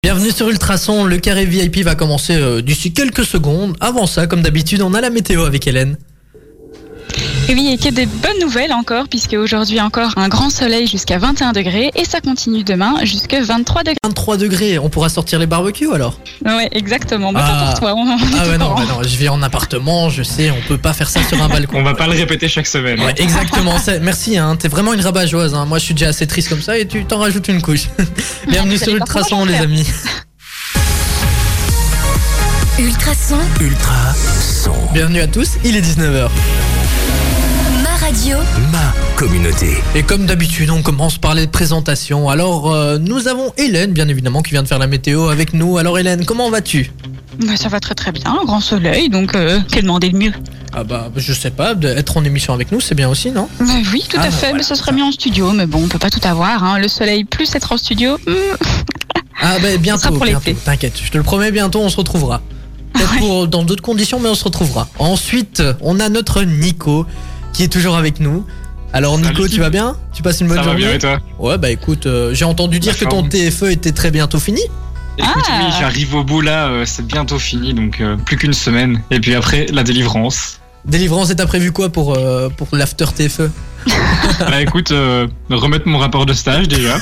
Bienvenue sur Ultrason, le carré VIP va commencer d'ici quelques secondes. Avant ça, comme d'habitude, on a la météo avec Hélène. Et oui, et qu'il y a des bonnes nouvelles encore, puisque aujourd'hui encore un grand soleil jusqu'à 21 degrés et ça continue demain jusqu'à 23 degrés. 23 degrés, on pourra sortir les barbecues alors? Ouais, exactement, mais pas pour toi. Non, je vis en appartement, je sais, on peut pas faire ça sur un balcon. On va pas le répéter chaque semaine. Ouais, exactement, merci, t'es vraiment une rabat-joie. Moi je suis déjà assez triste comme ça et tu t'en rajoutes une couche. Bienvenue sur Ultrason les amis. Ultrason. Bienvenue à tous, il est 19h. Radio. Ma communauté. Et comme d'habitude, on commence par les présentations. Alors, nous avons Hélène, bien évidemment, qui vient de faire la météo avec nous. Alors Hélène, comment vas-tu ? Ça va très très bien, un grand soleil, donc quel demander de mieux ? Ah bah, je sais pas, être en émission avec nous, c'est bien aussi, non ? Oui, tout à fait, mais ça serait mieux en studio, mais bon, on peut pas tout avoir, hein. Le soleil plus être en studio... Ah bah, bientôt, l'été. T'inquiète, je te le promets, bientôt on se retrouvera. Peut-être dans d'autres conditions, mais on se retrouvera. Ensuite, on a notre Nico, qui est toujours avec nous. Alors Nico, Salut. Tu vas bien ? Tu passes une bonne journée ? Ça va bien et toi ? Ouais bah écoute, j'ai entendu dire que ton forme. TFE était très bientôt fini. Écoute, oui, j'arrive au bout là, c'est bientôt fini, donc plus qu'une semaine. Et puis après, la délivrance. Délivrance, et t'as prévu quoi pour l'after TFE ? Bah écoute, remettre mon rapport de stage déjà.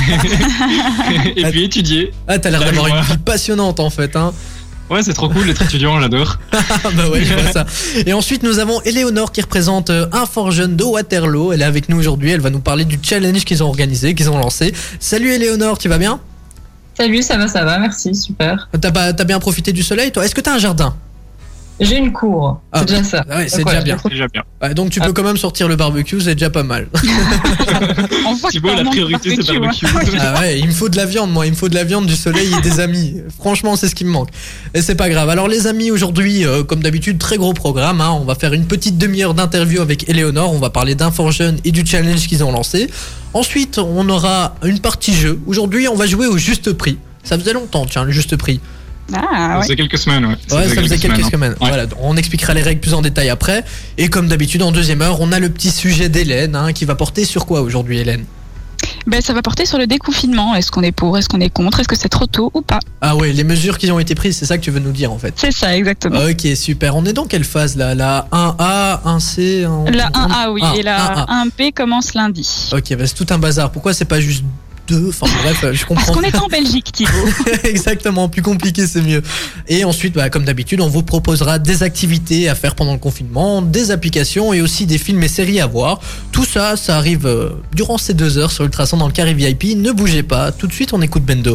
Et puis étudier. Ah t'as l'air La d'avoir joie. une vie passionnante en fait, hein. Ouais, c'est trop cool d'être étudiant, j'adore. Bah ouais, je vois ça. Et ensuite nous avons Éléonore qui représente Inforjeune de Waterloo. Elle est avec nous aujourd'hui, elle va nous parler du challenge qu'ils ont organisé, qu'ils ont lancé. Salut Éléonore, tu vas bien ? Salut, ça va, merci, super. T'as bien profité du soleil toi ? Est-ce que t'as un jardin ? J'ai une cour, c'est déjà ça. Ouais, c'est Donc, déjà bien. C'est déjà bien. Ouais, donc tu peux quand même sortir le barbecue, c'est déjà pas mal. On voit que Thibaut, t'as un la manque de priorité c'est barbecue, barbecue. Ah ouais, il me faut de la viande, moi. Il me faut de la viande, du soleil et des amis. Franchement, c'est ce qui me manque. Et c'est pas grave. Alors les amis, aujourd'hui, comme d'habitude, très gros programme. Hein. On va faire une petite demi-heure d'interview avec Éléonore. On va parler d'Inforjeune et du challenge qu'ils ont lancé. Ensuite, on aura une partie jeu. Aujourd'hui, on va jouer au juste prix. Ça faisait longtemps, tiens, le juste prix. Ah Ça ouais. faisait quelques semaines, ouais. Ouais, ça faisait quelques semaines. Ouais. Voilà, on expliquera les règles plus en détail après. Et comme d'habitude, en deuxième heure, on a le petit sujet d'Hélène qui va porter sur quoi aujourd'hui, Hélène ? Ça va porter sur le déconfinement. Est-ce qu'on est pour, est-ce qu'on est contre, est-ce que c'est trop tôt ou pas ? Ah ouais, les mesures qui ont été prises, c'est ça que tu veux nous dire en fait. C'est ça, exactement. Ok, super. On est dans quelle phase là ? La 1A, 1C La 1A, oui, et la 1A. 1B commence lundi. Ok, c'est tout un bazar. Pourquoi c'est pas juste 2 ? Enfin bref, je comprends. Parce qu'on est en Belgique, Thibaut. Exactement, plus compliqué c'est mieux. Et ensuite, comme d'habitude, on vous proposera des activités à faire pendant le confinement, des applications et aussi des films et séries à voir. Tout ça, ça arrive durant ces 2 heures sur Ultrason dans le carré VIP. Ne bougez pas, tout de suite on écoute Bendo.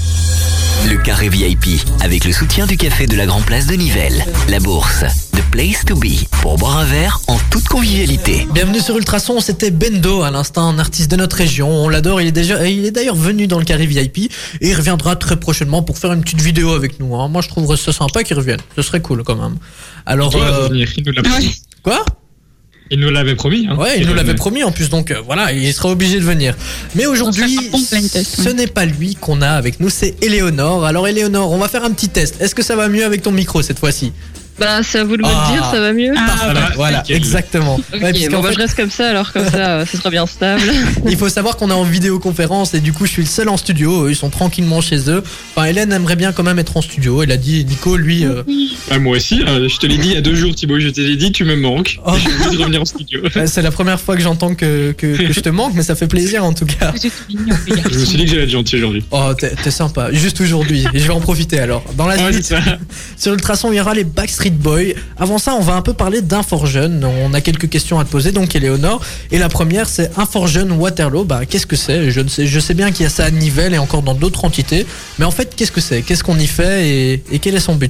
Le carré VIP, avec le soutien du café de la Grand Place de Nivelles. La bourse, the place to be, pour boire un verre en toute convivialité. Bienvenue sur Ultrason, c'était Bendo à l'instant, un artiste de notre région, on l'adore, il est d'ailleurs venu dans le carré VIP et il reviendra très prochainement pour faire une petite vidéo avec nous. Moi je trouverais ça sympa qu'il revienne, ce serait cool quand même. Alors, Il nous l'a promis. quoi ? Il nous l'avait promis. Hein. Ouais, il nous l'avait promis en plus, donc voilà, il sera obligé de venir. Mais aujourd'hui, On fait un bon blind test, ce n'est pas lui qu'on a avec nous, c'est Éléonore. Alors Éléonore, on va faire un petit test. Est-ce que ça va mieux avec ton micro cette fois-ci ? C'est à vous de me le dire, ça va mieux. Voilà, nickel. exactement. Ok, Ouais, puisqu'en fait, je reste comme ça, alors comme ça, ce sera bien stable. il faut savoir qu'on est en vidéoconférence et du coup je suis le seul en studio, ils sont tranquillement chez eux. Enfin Hélène aimerait bien quand même être en studio, elle a dit Nico lui... Moi aussi, je te l'ai dit il y a 2 jours Thibaut, je te l'ai dit tu me manques. Oh. J'ai envie de revenir en studio. C'est la première fois que j'entends que je te manque, mais ça fait plaisir en tout cas. Vous êtes mignons, les Je me suis dit que j'allais être gentil aujourd'hui. Oh t'es sympa, juste aujourd'hui, et je vais en profiter alors. Dans la Ouais, suite, c'est ça. sur Ultrason il y aura les Backstreet Boys. Avant ça on va un peu parler d'Inforjeune, on a quelques questions à te poser donc Éléonore. Et la première c'est Inforjeune Waterloo, qu'est-ce que c'est ? Je sais bien qu'il y a ça à Nivelles et encore dans d'autres entités, mais en fait qu'est-ce que c'est ? Qu'est-ce qu'on y fait et quel est son but ?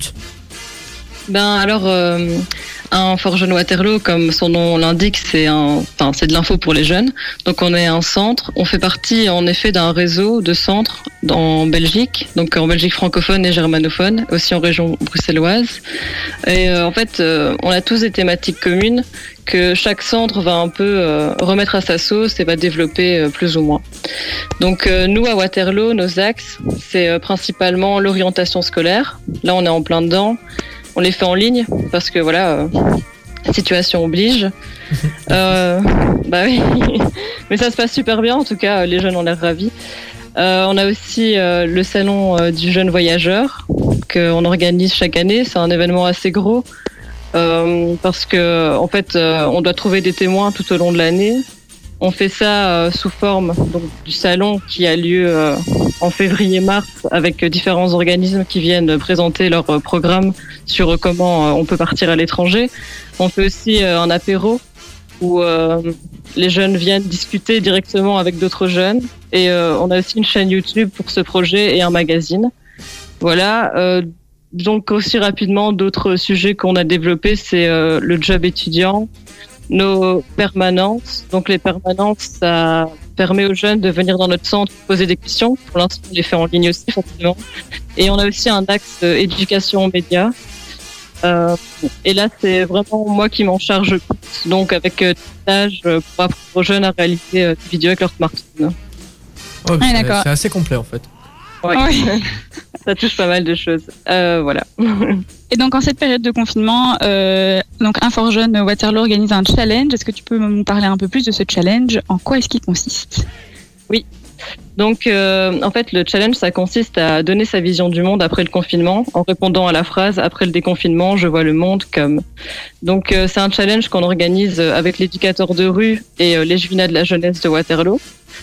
Un Inforjeune Waterloo, comme son nom l'indique, c'est de l'info pour les jeunes. Donc on est un centre, on fait partie en effet d'un réseau de centres en Belgique, donc en Belgique francophone et germanophone, aussi en région bruxelloise. Et on a tous des thématiques communes que chaque centre va un peu remettre à sa sauce et va développer plus ou moins. Donc nous à Waterloo, nos axes, c'est principalement l'orientation scolaire. Là on est en plein dedans. On les fait en ligne parce que situation oblige. Oui. Mais ça se passe super bien, en tout cas, les jeunes ont l'air ravis. On a aussi le salon du jeune voyageur qu'on organise chaque année. C'est un événement assez gros parce que en fait, on doit trouver des témoins tout au long de l'année. On fait ça sous forme donc, du salon qui a lieu en février-mars avec différents organismes qui viennent présenter leur programme sur comment on peut partir à l'étranger. On fait aussi un apéro où les jeunes viennent discuter directement avec d'autres jeunes. Et on a aussi une chaîne YouTube pour ce projet et un magazine. Voilà. Donc aussi rapidement, d'autres sujets qu'on a développés, c'est le job étudiant, nos permanences. Donc les permanences, ça permet aux jeunes de venir dans notre centre poser des questions. Pour l'instant, on les fait en ligne aussi, forcément. Et on a aussi un axe éducation aux médias. Et là, c'est vraiment moi qui m'en charge plus. Donc avec des stages pour apprendre aux jeunes à réaliser des vidéos avec leur smartphone. Oh, c'est assez complet en fait. Ouais. Oui. Ça touche pas mal de choses. Voilà. Et donc en cette période de confinement, donc Infor Jeune Waterloo organise un challenge. Est-ce que tu peux nous parler un peu plus de ce challenge? En quoi est-ce qu'il consiste? Oui. Donc en fait le challenge ça consiste à donner sa vision du monde après le confinement en répondant à la phrase après le déconfinement je vois le monde comme. Donc c'est un challenge qu'on organise avec l'éducateur de rue et les Juvénats de la jeunesse de Waterloo.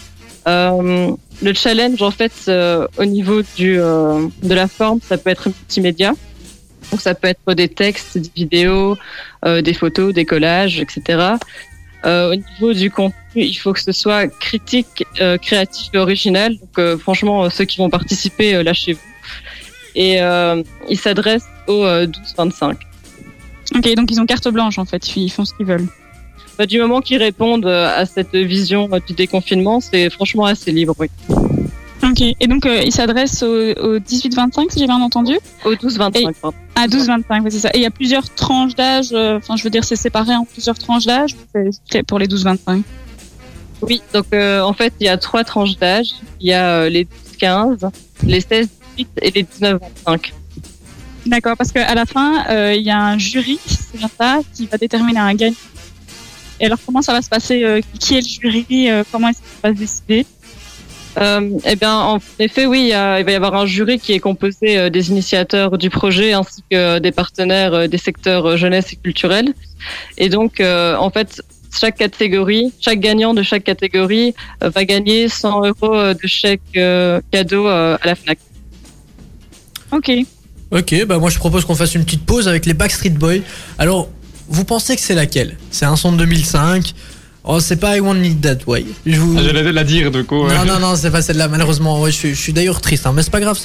Le challenge en fait au niveau de la forme ça peut être multimédia. Donc ça peut être des textes, des vidéos, des photos, des collages, etc. Au niveau du contenu, il faut que ce soit critique, créatif et original. Donc franchement, ceux qui vont participer, lâchez-vous. Et ils s'adressent aux 12-25. Ok, donc ils ont carte blanche en fait, ils font ce qu'ils veulent. Du moment qu'ils répondent à cette vision du déconfinement, c'est franchement assez libre, oui. Ok, et donc ils s'adressent aux 18-25 si j'ai bien entendu? Aux 12-25, pardon. À 12-25, c'est ça. Et il y a plusieurs tranches d'âge, enfin je veux dire c'est séparé en plusieurs tranches d'âge pour les 12-25? Oui, donc en fait il y a 3 tranches d'âge. Il y a les 12-15, les 16-18 et les 19-25. D'accord, parce qu'à la fin, il y a un jury, c'est bien ça, qui va déterminer un gagnant. Et alors comment ça va se passer? Qui est le jury? Comment est-ce qu'il va se décider? Eh bien, en effet, oui, il va y avoir un jury qui est composé des initiateurs du projet ainsi que des partenaires des secteurs jeunesse et culturel. Et donc, en fait, chaque gagnant de chaque catégorie va gagner 100 € de chèque cadeau à la Fnac. Ok, bah moi je propose qu'on fasse une petite pause avec les Backstreet Boys. Alors, vous pensez que c'est laquelle? C'est un son de 2005. Oh, c'est pas I Won't Need That Way. J'allais la dire, de quoi. Non, c'est pas celle-là, malheureusement. Ouais, je suis d'ailleurs triste, hein, mais c'est pas grave.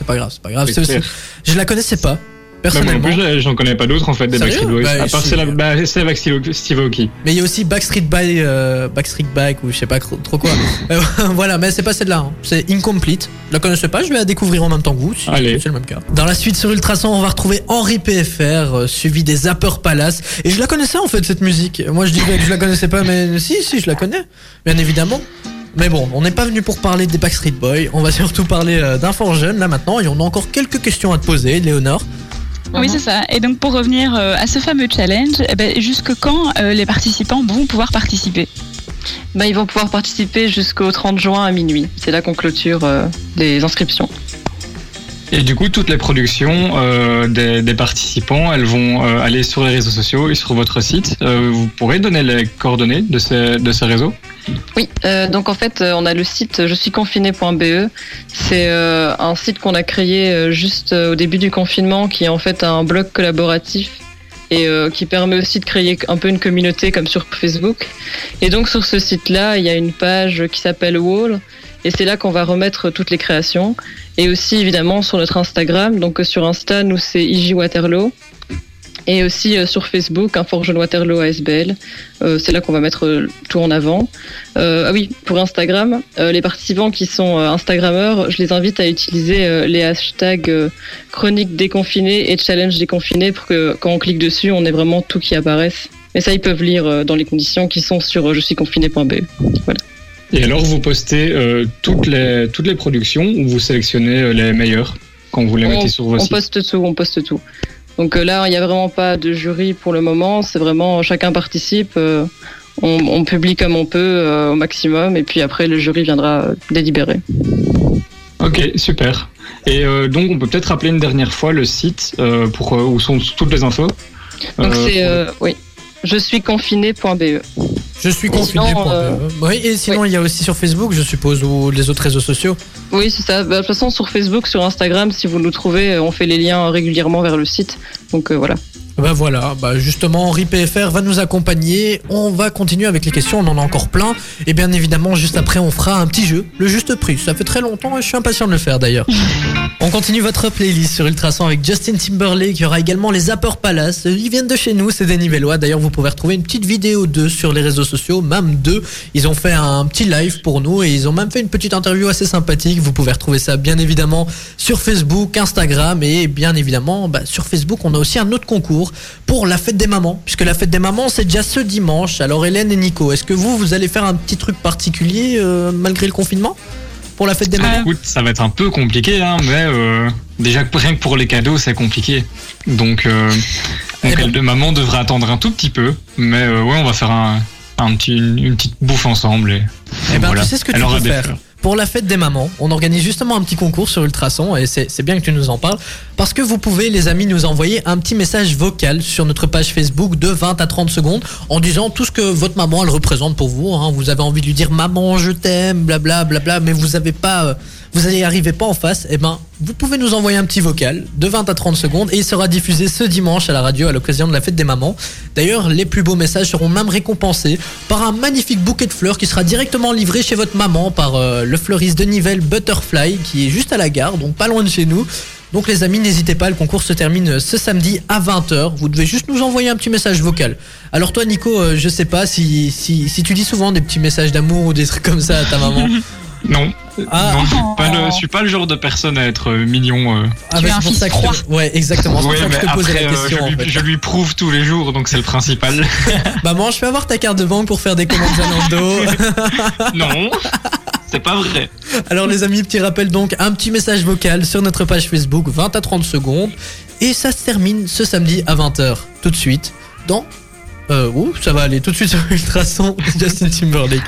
Je la connaissais pas, personnellement. Moi, en plus, j'en connais pas d'autres, en fait, des Backstreet Boys. À part c'est avec Steve Aoki. Mais il y a aussi Backstreet Bike, ou je sais pas trop quoi. Voilà, mais c'est pas celle-là. Hein. C'est Incomplete. Je la connaissais pas, je vais la découvrir en même temps que vous, si Allez. c'est le même cas. Dans la suite sur Ultrason, on va retrouver Henri PFR, suivi des Zapper Palace. Et je la connaissais en fait, cette musique. Moi, je disais que je la connaissais pas, mais si, je la connais, bien évidemment. Mais bon, on n'est pas venu pour parler des Backstreet Boys. On va surtout parler d'Infor Jeune là maintenant. Et on a encore quelques questions à te poser, Léonore. Oui, c'est ça. Et donc, pour revenir à ce fameux challenge, jusque quand les participants vont pouvoir participer? Ils vont pouvoir participer jusqu'au 30 juin à minuit. C'est là qu'on clôture les inscriptions. Et du coup, toutes les productions des participants, elles vont aller sur les réseaux sociaux et sur votre site. Vous pourrez donner les coordonnées de ces réseaux? Oui, donc en fait, on a le site jesuisconfiné.be. C'est un site qu'on a créé juste au début du confinement, qui est en fait un blog collaboratif et qui permet aussi de créer un peu une communauté comme sur Facebook. Et donc sur ce site-là, il y a une page qui s'appelle Wall, et c'est là qu'on va remettre toutes les créations. Et aussi évidemment sur notre Instagram, donc sur Insta, nous c'est IJ Waterloo. Et aussi sur Facebook, Infor Jeune Waterloo ASBL. C'est là qu'on va mettre tout en avant. Ah oui, pour Instagram, les participants qui sont Instagrammeurs, je les invite à utiliser les hashtags chronique déconfinée et challenge déconfiné pour que quand on clique dessus, on ait vraiment tout qui apparaisse. Mais ça, ils peuvent lire dans les conditions qui sont sur jesuisconfiné.be. Voilà. Et alors, vous postez toutes les productions ou vous sélectionnez les meilleures quand vous les mettez sur vos sites? On poste tout. Donc là, il n'y a vraiment pas de jury pour le moment. C'est vraiment chacun participe. On publie comme on peut au maximum. Et puis après, le jury viendra délibérer. Ok, super. Et donc, on peut peut-être rappeler une dernière fois le site où sont toutes les infos. Donc, c'est je suis confiné.be. Je suis confiné. Oui, et sinon, il y a aussi sur Facebook, je suppose, ou les autres réseaux sociaux. Oui, c'est ça. De toute façon, sur Facebook, sur Instagram, si vous nous trouvez, on fait les liens régulièrement vers le site. Donc, voilà. Voilà, justement Henri PFR va nous accompagner. On va continuer avec les questions, on en a encore plein. Et bien évidemment, juste après, on fera un petit jeu, le juste prix. Ça fait très longtemps et je suis impatient de le faire d'ailleurs. On continue votre playlist sur Ultrason avec Justin Timberlake. Il y aura également les Upper Palace. Ils viennent de chez nous, c'est des Nivellois. D'ailleurs, vous pouvez retrouver une petite vidéo d'eux sur les réseaux sociaux, même d'eux. Ils ont fait un petit live pour nous et ils ont même fait une petite interview assez sympathique. Vous pouvez retrouver ça bien évidemment sur Facebook, Instagram et bien évidemment sur Facebook, on a aussi un autre concours pour la fête des mamans, puisque la fête des mamans c'est déjà ce dimanche. Alors Hélène et Nico, est-ce que vous allez faire un petit truc particulier malgré le confinement pour la fête des mamans? Écoute, ça va être un peu compliqué, mais déjà rien que pour les cadeaux c'est compliqué. Donc elle de maman devrait attendre un tout petit peu, mais on va faire une petite bouffe ensemble. Et voilà. Tu sais ce que tu peux faire. Pour la fête des mamans, on organise justement un petit concours sur Ultrason et c'est bien que tu nous en parles parce que vous pouvez, les amis, nous envoyer un petit message vocal sur notre page Facebook de 20 à 30 secondes en disant tout ce que votre maman elle représente pour vous. Vous avez envie de lui dire maman je t'aime, blabla blabla, mais vous n'y arrivez pas en face. Vous pouvez nous envoyer un petit vocal de 20 à 30 secondes et il sera diffusé ce dimanche à la radio à l'occasion de la fête des mamans. D'ailleurs, les plus beaux messages seront même récompensés par un magnifique bouquet de fleurs qui sera directement livré chez votre maman par le fleuriste de Nivelles Butterfly qui est juste à la gare, donc pas loin de chez nous. Donc les amis, n'hésitez pas, le concours se termine ce samedi à 20h. Vous devez juste nous envoyer un petit message vocal. Alors toi Nico, je sais pas si tu dis souvent des petits messages d'amour ou des trucs comme ça à ta maman. Non. Non, je suis pas le genre de personne à être mignon. Tu es un fils froid. Ouais, exactement. C'est pour ça que je te posais la question. Je lui prouve tous les jours, donc c'est le principal. Maman, je peux avoir ta carte de banque pour faire des commandes Zalando? Non, c'est pas vrai. Alors les amis, petit rappel donc, un petit message vocal sur notre page Facebook, 20 à 30 secondes. Et ça se termine ce samedi à 20h. Tout de suite, dans... ça va aller tout de suite sur Ultrason, Justin Timberlake.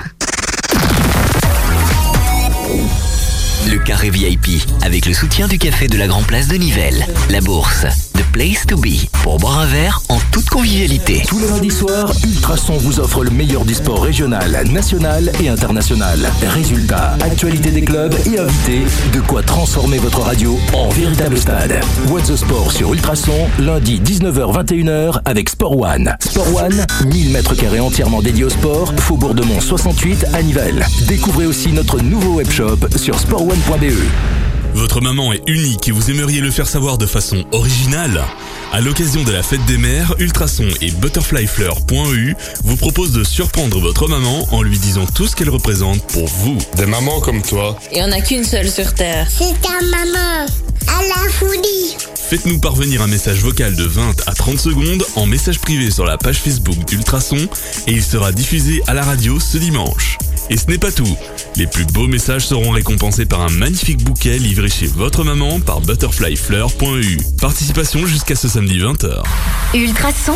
Le carré VIP, avec le soutien du café de la Grand Place de Nivelles. La bourse, The Place to Be, pour boire un verre en toute convivialité. Tous les lundis soirs, Ultrason vous offre le meilleur du sport régional, national et international. Résultats, actualités des clubs et invités, de quoi transformer votre radio en véritable stade. What's the Sport sur Ultrason, lundi 19h-21h avec Sport One. Sport One, 1000 m² entièrement dédiés au sport, Faubourg de Mont 68 à Nivelles. Découvrez aussi notre nouveau webshop sur sportone.be. Votre maman est unique et vous aimeriez le faire savoir de façon originale? À l'occasion de la fête des mères, Ultrason et butterflyfleur.eu vous proposent de surprendre votre maman en lui disant tout ce qu'elle représente pour vous. Des mamans comme toi. Il n'y en a qu'une seule sur Terre. C'est ta maman. À la folie. Faites-nous parvenir un message vocal de 20 à 30 secondes en message privé sur la page Facebook d'Ultrason et il sera diffusé à la radio ce dimanche. Et ce n'est pas tout. Les plus beaux messages seront récompensés par un magnifique bouquet livré chez votre maman par butterflyfleur.eu. Participation jusqu'à ce samedi 20h. Ultrason.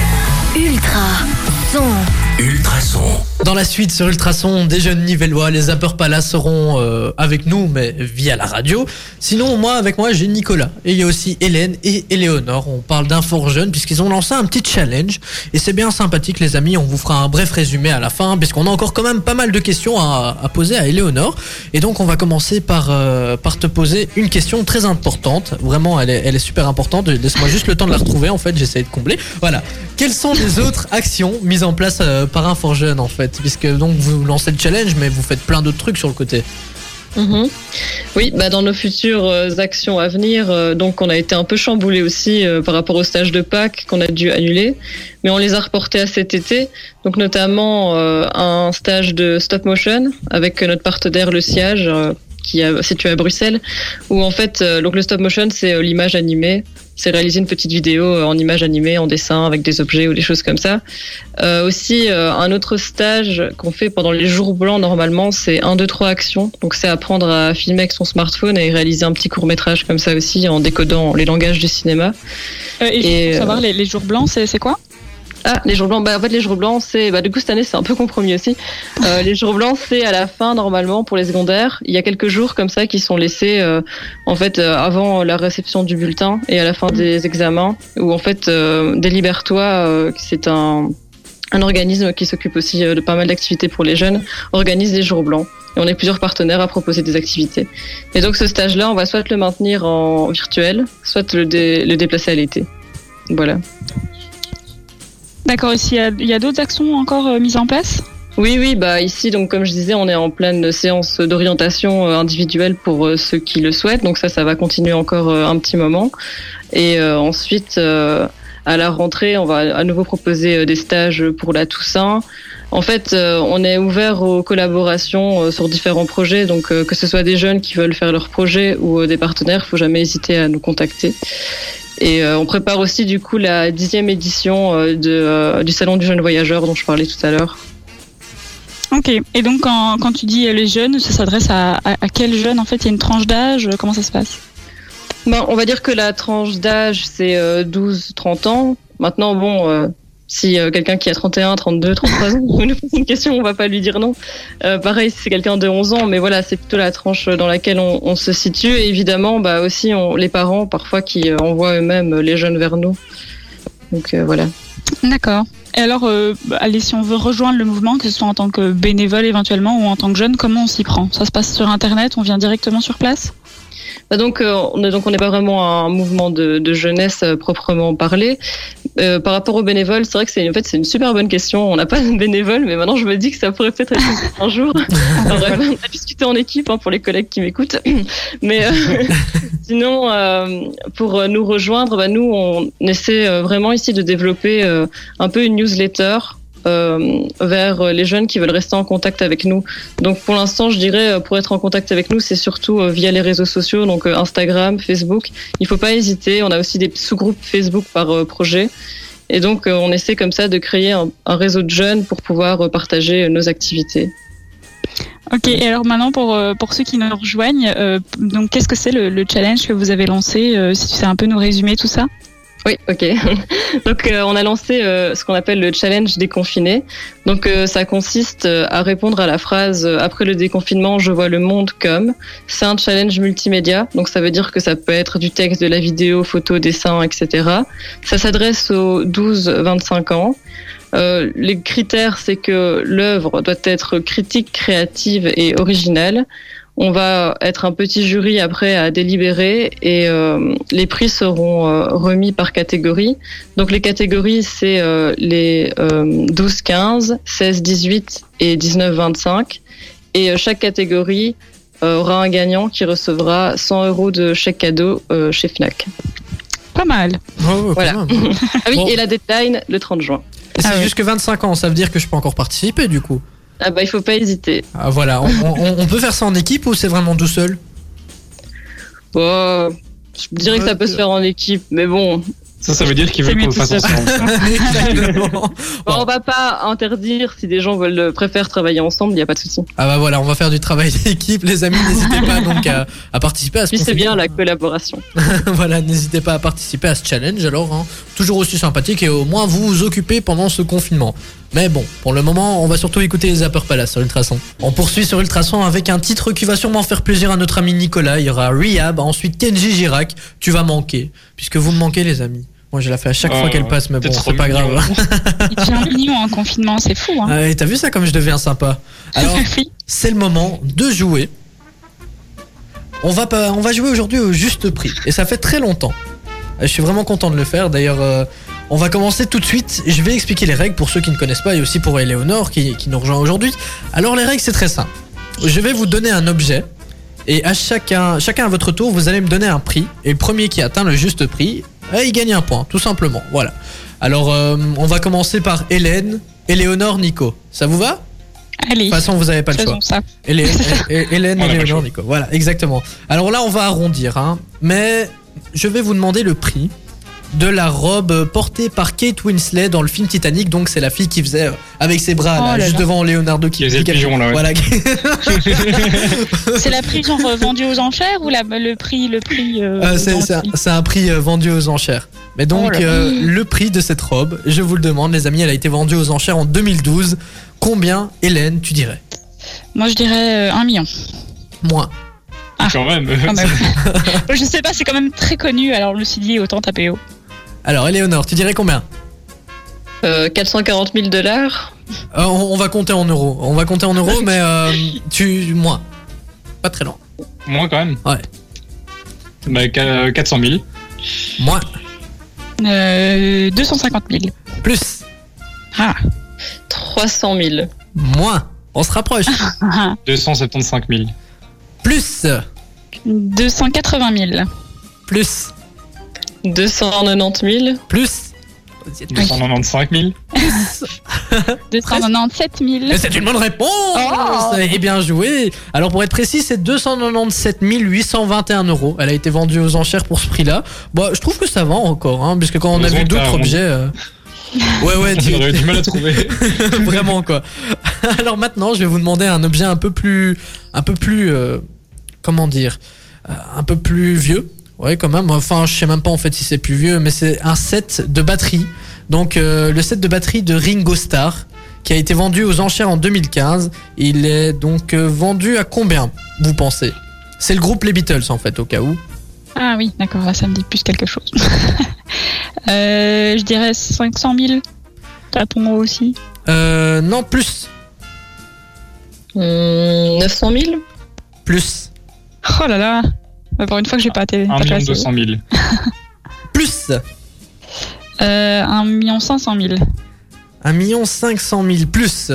Ultrason. Ultrason. Dans la suite sur Ultrason, des jeunes Nivellois, les Upper Palace seront avec nous, mais via la radio. Sinon, avec moi, j'ai Nicolas. Et il y a aussi Hélène et Éléonore. On parle d'Info Jeunes puisqu'ils ont lancé un petit challenge. Et c'est bien sympathique, les amis. On vous fera un bref résumé à la fin, puisqu'on a encore quand même pas mal de questions à poser à Éléonore. Et donc, on va commencer par te poser une question très importante. Vraiment, elle est super importante. Laisse-moi juste le temps de la retrouver, en fait. J'essaie de combler. Voilà. Quelles sont les autres actions mises en place par Infor Jeunes, en fait? Puisque donc vous lancez le challenge, mais vous faites plein d'autres trucs sur le côté. Oui, dans nos futures actions à venir, donc on a été un peu chamboulé aussi par rapport au stage de Pâques qu'on a dû annuler, mais on les a reportés à cet été, donc notamment un stage de stop motion avec notre partenaire Le Siège qui est situé à Bruxelles, où en fait donc le stop motion c'est l'image animée. C'est réaliser une petite vidéo en image animée, en dessin, avec des objets ou des choses comme ça. Aussi, un autre stage qu'on fait pendant les jours blancs, normalement, c'est 1, 2, 3 actions. Donc, c'est apprendre à filmer avec son smartphone et réaliser un petit court-métrage comme ça aussi, en décodant les langages du cinéma. Et pour savoir, les jours blancs, c'est quoi ? Ah, les jours blancs. En fait, les jours blancs, c'est, du coup, cette année, c'est un peu compromis aussi. Les jours blancs, c'est à la fin, normalement, pour les secondaires. Il y a quelques jours comme ça qui sont laissés, avant la réception du bulletin et à la fin des examens, où en fait, Délibère-toi, c'est un organisme qui s'occupe aussi de pas mal d'activités pour les jeunes, organise des jours blancs. Et on est plusieurs partenaires à proposer des activités. Et donc, ce stage-là, on va soit le maintenir en virtuel, soit le déplacer à l'été. Voilà. D'accord, ici il y a d'autres actions encore mises en place ? Oui, ici, donc comme je disais, on est en pleine séance d'orientation individuelle pour ceux qui le souhaitent. Donc ça va continuer encore un petit moment. Et ensuite, à la rentrée, on va à nouveau proposer des stages pour la Toussaint. En fait, on est ouvert aux collaborations sur différents projets. Donc que ce soit des jeunes qui veulent faire leur projet ou des partenaires, il faut jamais hésiter à nous contacter. Et on prépare aussi du coup la 10e édition du Salon du Jeune Voyageur dont je parlais tout à l'heure. Ok, et donc quand tu dis les jeunes, ça s'adresse à quels jeunes en fait? Il y a une tranche d'âge, comment ça se passe? On va dire que la tranche d'âge c'est 12-30 ans. Maintenant si quelqu'un qui a 31, 32, 33 ans nous pose une question, on va pas lui dire non. Pareil, si c'est quelqu'un de 11 ans, mais voilà, c'est plutôt la tranche dans laquelle on se situe. Et évidemment, aussi les parents parfois qui envoient eux-mêmes les jeunes vers nous. Donc voilà. D'accord. Et alors, allez, si on veut rejoindre le mouvement, que ce soit en tant que bénévole éventuellement ou en tant que jeune, comment on s'y prend? Ça se passe sur Internet? On vient directement sur place? Donc on n'est pas vraiment un mouvement de jeunesse proprement parlé. Par rapport aux bénévoles, c'est vrai que c'est une super bonne question. On n'a pas de bénévoles, mais maintenant je me dis que ça pourrait peut-être être un jour. On a discuté en équipe pour les collègues qui m'écoutent. Mais sinon, pour nous rejoindre, nous on essaie vraiment ici de développer un peu une newsletter vers les jeunes qui veulent rester en contact avec nous. Donc pour l'instant, je dirais, pour être en contact avec nous, c'est surtout via les réseaux sociaux, donc Instagram, Facebook. Il faut pas hésiter, on a aussi des sous-groupes Facebook par projet. Et donc on essaie comme ça de créer un réseau de jeunes pour pouvoir partager nos activités. Ok, et alors maintenant pour ceux qui nous rejoignent, donc qu'est-ce que c'est le challenge que vous avez lancé, si tu sais un peu nous résumer tout ça? Oui, ok. Donc on a lancé ce qu'on appelle le challenge déconfiné. Donc ça consiste à répondre à la phrase après le déconfinement, je vois le monde comme. C'est un challenge multimédia, donc ça veut dire que ça peut être du texte, de la vidéo, photo, dessin, etc. Ça s'adresse aux 12-25 ans. Les critères, c'est que l'œuvre doit être critique, créative et originale. On va être un petit jury après à délibérer et les prix seront remis par catégorie. Donc les catégories, c'est les 12-15, 16-18 et 19-25. Et chaque catégorie aura un gagnant qui recevra 100 € de chèque cadeau chez Fnac. Pas mal. Oh, voilà. Mal. Ah oui, bon. Et la deadline le 30 juin. Et c'est jusque 25 ans, ça veut dire que je peux encore participer du coup? Ah il faut pas hésiter. Ah voilà, on peut faire ça en équipe ou c'est vraiment tout seul? Je dirais que ça peut se faire en équipe, mais bon. Ça veut dire qu'ils veulent qu'on le fasse ensemble. On va pas interdire si des gens préfèrent travailler ensemble, il n'y a pas de souci. Ah voilà, on va faire du travail d'équipe, les amis, n'hésitez pas donc à participer à ce confinement. C'est bien la collaboration. Voilà, n'hésitez pas à participer à ce challenge alors, toujours aussi sympathique et au moins vous vous occupez pendant ce confinement. Mais bon, pour le moment, on va surtout écouter les Zapper Palace sur Ultrason. On poursuit sur Ultrason avec un titre qui va sûrement faire plaisir à notre ami Nicolas. Il y aura Rehab, ensuite Kenji Girac, Tu vas manquer, puisque vous me manquez les amis. Moi je la fais à chaque fois qu'elle passe, mais bon, c'est pas grave. Il devient mignon en confinement, c'est fou. Et t'as vu ça comme je deviens sympa? Alors, c'est le moment de jouer. On va jouer aujourd'hui au juste prix. Et ça fait très longtemps. Je suis vraiment content de le faire. D'ailleurs, on va commencer tout de suite. Je vais expliquer les règles pour ceux qui ne connaissent pas et aussi pour Éléonore qui nous rejoint aujourd'hui. Alors les règles, c'est très simple. Je vais vous donner un objet. Et à chacun à votre tour, vous allez me donner un prix. Et le premier qui atteint le juste prix, il gagne un point, tout simplement. Voilà. Alors, on va commencer par Hélène, Éléonore, Nico. Ça vous va? Allez. De toute façon, vous n'avez pas le choix. Ça. Hélène, Éléonore, Nico. Voilà, exactement. Alors là, on va arrondir. Mais je vais vous demander le prix de la robe portée par Kate Winslet dans le film Titanic. Donc c'est la fille qui faisait avec ses bras là, juste devant Leonardo qui faisait le pigeon là. Ouais. Voilà. C'est la prix genre vendu aux enchères ou le prix c'est un prix vendu aux enchères. Mais donc le prix de cette robe, je vous le demande les amis, elle a été vendue aux enchères en 2012. Combien, Hélène, tu dirais? Moi je dirais 1 million. Moins. Ah, quand même. Je sais pas, c'est quand même très connu, alors je me suis dit autant taper haut. Alors, Éléonore, tu dirais combien? 440 000 $. On va compter en euros. Mais moins. Pas très loin. Moins quand même. Ouais. Bah, 400 000. Moins. 250 000. Plus. 300 000. Moins. On se rapproche. 275 000. Plus. 280 000. Plus. 290 000. Plus. 295 000. 297 000. C'est une bonne réponse. Et bien joué. Alors pour être précis, c'est 297 821 €. Elle a été vendue aux enchères pour ce prix-là. Bon, je trouve que ça vend encore, hein, puisque quand on a vu d'autres objets... Ouais, tu aurais eu du mal à trouver. Vraiment quoi. Alors maintenant, je vais vous demander un objet un peu plus comment dire, un peu plus vieux. Ouais, quand même. Enfin, je sais même pas en fait si c'est plus vieux, mais c'est un set de batterie. Donc le set de batterie de Ringo Starr qui a été vendu aux enchères en 2015. Il est donc vendu à combien, vous pensez? C'est le groupe Les Beatles en fait, au cas où. Ah oui, d'accord, là ça me dit plus quelque chose. Je dirais 500 000. Tapons aussi. Non, plus. 900 000. Plus. Oh là là. Pour une fois que j'ai pas été. 1 200 000. Plus. 1 500 000. 1 500 000. Plus.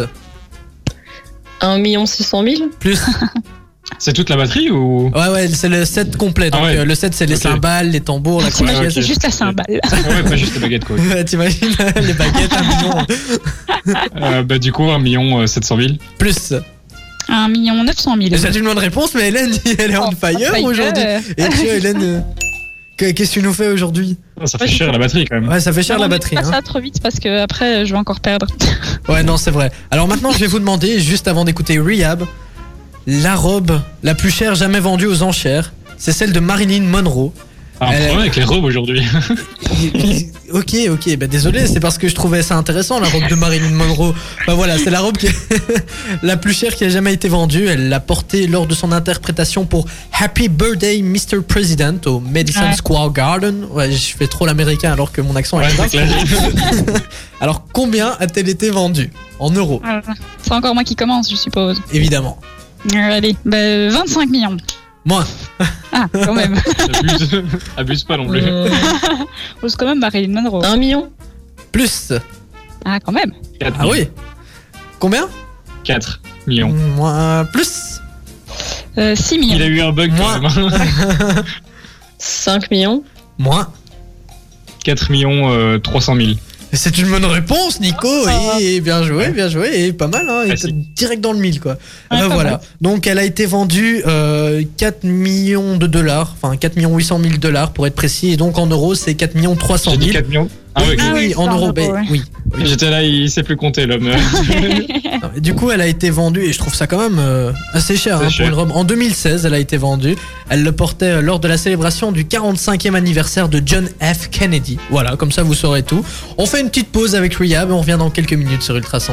1 600 000. Plus. C'est toute la batterie ou? Ouais, c'est le set complet. Donc le set, c'est les cymbales, les tambours, la crochette. C'est juste la cymbale. Ouais, pas juste les baguettes quoi. Ouais, t'imagines les baguettes, 1 million. Bah du coup 1 700 000. Plus. 1 900 000. C'est une bonne réponse, mais Hélène, elle est on fire aujourd'hui. Et tiens, Hélène, qu'est-ce que tu nous fais aujourd'hui? Ça fait cher la batterie quand même. Ouais, ça fait cher la batterie. Pas ça trop vite parce que après je vais encore perdre. Ouais, non, c'est vrai. Alors maintenant, je vais vous demander, juste avant d'écouter Rehab, la robe la plus chère jamais vendue aux enchères, c'est celle de Marilyn Monroe. Un problème avec les robes aujourd'hui. Ok, bah désolé, c'est parce que je trouvais ça intéressant la robe de Marilyn Monroe. Bah voilà, c'est la robe qui est la plus chère qui a jamais été vendue. Elle l'a portée lors de son interprétation pour Happy Birthday Mr. President au Madison Square Garden. Ouais, je fais trop l'américain alors que mon accent est grave. Alors combien a-t-elle été vendue en euros? C'est encore moi qui commence, je suppose. Évidemment. Allez, 25 millions. Moins. Ah, quand même. Abuse pas non plus. C'est quand même Marilyn Monroe. 1 million. Plus. Ah, quand même. 4 millions. Oui. Combien? 4 millions. Moins. Plus. 6 millions. Il a eu un bug quand même. 5 millions. Moins. 4 millions 300 000. C'est une bonne réponse, Nico. Et bien joué. Et pas mal, hein. Et direct dans le mille, quoi. Voilà. Mal. Donc, elle a été vendue 4 millions de $. Enfin, 4 800 000 $ pour être précis. Et donc, en euros, c'est 4 300 000. J'ai dit 4 millions. Oui, en euros. Oui. J'étais là, il sait plus compter, l'homme. Du coup, elle a été vendue, et je trouve ça quand même assez cher, pour une robe. En 2016, elle a été vendue. Elle le portait lors de la célébration du 45e anniversaire de John F. Kennedy. Voilà, comme ça vous saurez tout. On fait une petite pause avec Rehab et on revient dans quelques minutes sur Ultrason.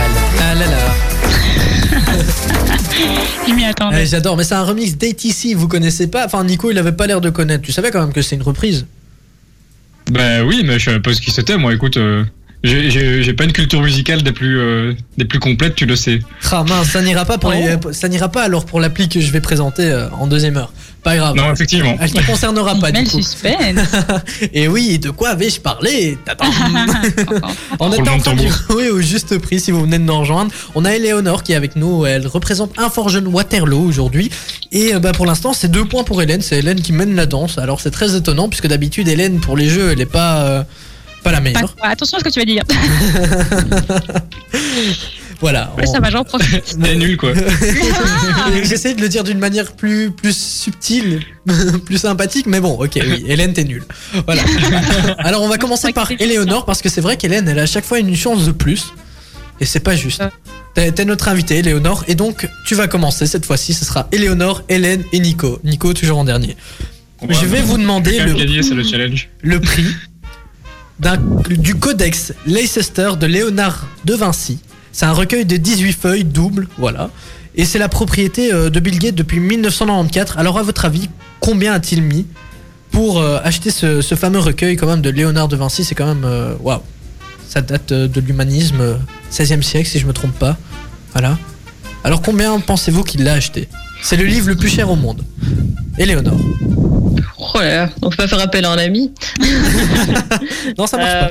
Je m'y attendais. J'adore, mais c'est un remix d'ATC, vous connaissez pas? Enfin, Nico, il avait pas l'air de connaître. Tu savais quand même que c'est une reprise? Bah oui, mais je savais pas ce qui c'était, moi. Écoute, j'ai pas une culture musicale des plus complètes, tu le sais. Ah mince, ça n'ira pas ça n'ira pas alors pour l'appli que je vais présenter en deuxième heure. Pas grave. Non, effectivement. Elle ne concernera pas du coup. Suspense. Et oui, de quoi avais-je parlé? On est en train de jouer au juste prix si vous venez de nous rejoindre. On a Éléonore qui est avec nous. Elle représente Inforgeon Waterloo aujourd'hui. Et pour l'instant, c'est 2 points pour Hélène. C'est Hélène qui mène la danse. Alors c'est très étonnant puisque d'habitude Hélène pour les jeux, elle n'est pas la meilleure. Attention à ce que tu vas dire. Voilà. Ouais, ça va, j'en profite. C'était nul, quoi. J'essaie de le dire d'une manière plus subtile, plus sympathique, mais bon, ok, oui, Hélène, t'es nulle. Voilà. Alors, on va commencer par Éléonore, parce que c'est vrai qu'Hélène, elle a à chaque fois une chance de plus, et c'est pas juste. T'es notre invitée, Éléonore, et donc, tu vas commencer cette fois-ci, ce sera Éléonore, Hélène et Nico. Nico, toujours en dernier. Je vais vous demander c'est le challenge. Le prix du Codex Leicester de Léonard de Vinci. C'est un recueil de 18 feuilles double, voilà. Et c'est la propriété de Bill Gates depuis 1994. Alors à votre avis, combien a-t-il mis pour acheter ce fameux recueil quand même de Léonard de Vinci? C'est quand même... Waouh. Ça date de l'humanisme, 16e siècle si je me trompe pas. Voilà. Alors combien pensez-vous qu'il l'a acheté? C'est le livre le plus cher au monde. Éléonore. Oh là, on peut pas faire appel à un ami. Non, ça marche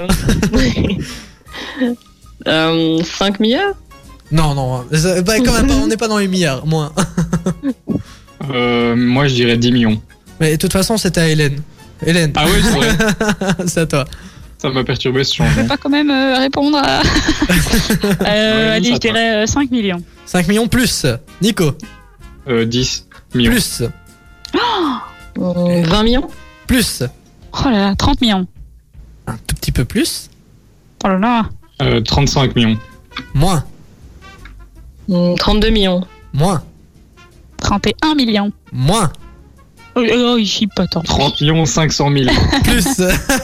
pas. 5 milliards? Non, bah, quand même, on n'est pas dans les milliards, moins. Moi, je dirais 10 millions. Mais de toute façon, c'était à Hélène. Hélène. Ah oui, c'est vrai. C'est à toi. Ça m'a perturbé ce Je changement. peux pas quand même répondre à... allez, je dirais 5 millions. 5 millions plus. Nico. 10 millions. Plus. 20 millions? Plus. Oh là là, 30 millions. Un tout petit peu plus. Oh là là. 35 millions. Moins. 32 millions. Moins. 31 millions. Moins. Oh, il chie pas tant. 30 millions 500 000. Plus.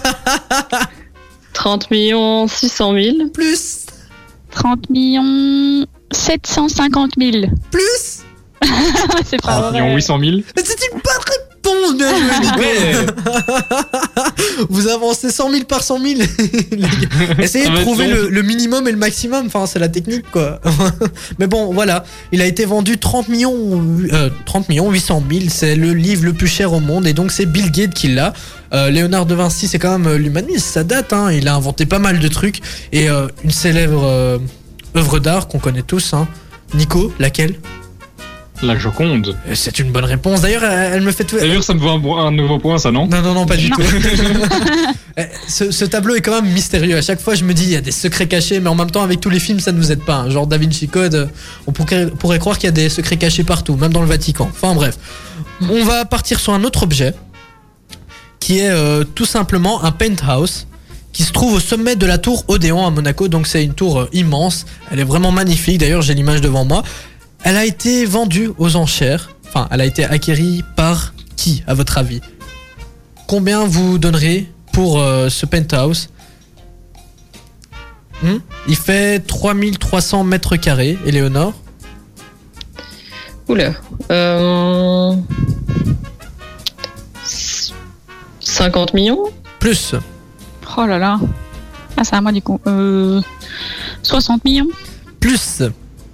30 millions 600 000. Plus. 30 millions 750 000. Plus. C'est pas 30 millions 800 000. C'est une bonne réponse, bien joué, Nico. Vous avancez 100 000 par 100 000. Essayez de trouver le minimum et le maximum. Enfin, c'est la technique, quoi. Mais bon, voilà. Il a été vendu 30 millions 800 000. C'est le livre le plus cher au monde. Et donc, c'est Bill Gates qui l'a. Léonard de Vinci, c'est quand même l'humanisme. Ça date, hein. Il a inventé pas mal de trucs. Et une célèbre œuvre d'art qu'on connaît tous, hein. Nico, laquelle? La Joconde. C'est une bonne réponse. D'ailleurs, elle me fait tout. D'ailleurs, ça me vaut un nouveau point, ça, non? Non, pas du tout. Ce tableau est quand même mystérieux. À chaque fois, je me dis, il y a des secrets cachés, mais en même temps, avec tous les films, ça ne nous aide pas. Hein. Genre Da Vinci Code, on pourrait croire qu'il y a des secrets cachés partout, même dans le Vatican. Enfin bref. On va partir sur un autre objet, qui est tout simplement un penthouse, qui se trouve au sommet de la tour Odéon à Monaco. Donc c'est une tour immense. Elle est vraiment magnifique. D'ailleurs, j'ai l'image devant moi. Elle a été vendue aux enchères. Enfin, elle a été acquérie par qui, à votre avis? Combien vous donnerez pour ce penthouse? Il fait 3300 mètres carrés, Éléonore. Oula. 50 millions? Plus. Oh là là. Ah, c'est à moi du coup. 60 millions? Plus.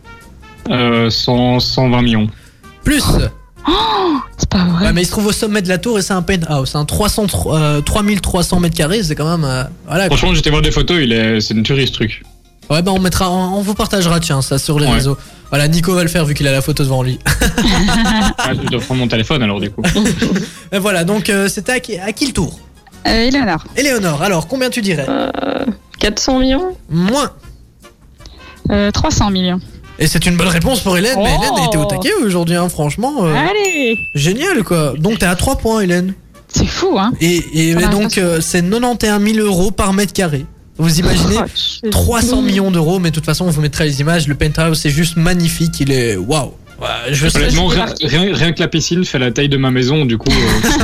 120 millions. Plus. Oh, c'est pas vrai. Ouais, mais il se trouve au sommet de la tour et c'est un penthouse. 3300 mètres carrés, c'est quand même. Voilà, franchement, j'étais voir des photos, c'est une tuerie ce truc. Ouais, bah on vous partagera, tiens, ça sur les réseaux. Voilà, Nico va le faire vu qu'il a la photo devant lui. Je dois prendre mon téléphone alors, du coup. Et voilà, donc c'était à qui le tour? Éléonore. Éléonore, alors combien tu dirais? 400 millions? Moins. 300 millions. Et c'est une bonne réponse pour Hélène. Mais Hélène était au taquet aujourd'hui, hein, franchement. Allez. Génial, quoi. Donc t'es à 3 points, Hélène. C'est fou, hein. Et donc c'est 91 000 euros par mètre carré. Vous imaginez 300 millions d'euros, mais de toute façon on vous mettra les images. Le penthouse c'est juste magnifique, il est waouh. Ouais, honnêtement, rien que la piscine fait la taille de ma maison, du coup.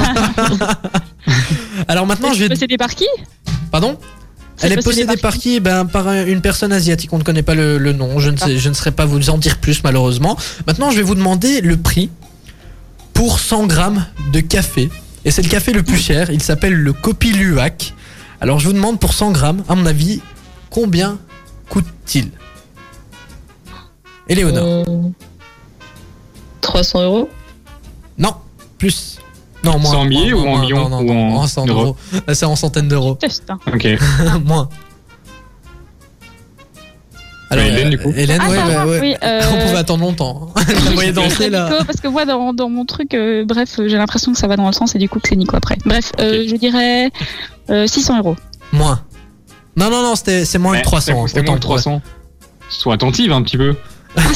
Alors maintenant je vais. Possédée par qui? Pardon? Elle est possédée par qui? Par une personne asiatique, on ne connaît pas le nom, je ne saurais pas vous en dire plus malheureusement. Maintenant je vais vous demander le prix pour 100 grammes de café. Et c'est le café le plus cher, il s'appelle le Kopi Luwak. Alors je vous demande pour 100 grammes, à mon avis, combien coûte-t-il? Éléonore. 300 euros? Non, plus. Non, moins. 100 billets ou en millions? Non, en 100 euros. C'est en centaines d'euros. Ok. Moins. Alors, Hélène, du coup. Hélène, ouais. Oui, on pouvait attendre longtemps. Je la voyais danser là. Nico, parce que moi, dans mon truc, bref, j'ai l'impression que ça va dans le sens et du coup que c'est Nico après. Bref, je dirais 600 euros. Moins. Non, c'est moins que 300. C'est moins que 300. sois attentive un petit peu.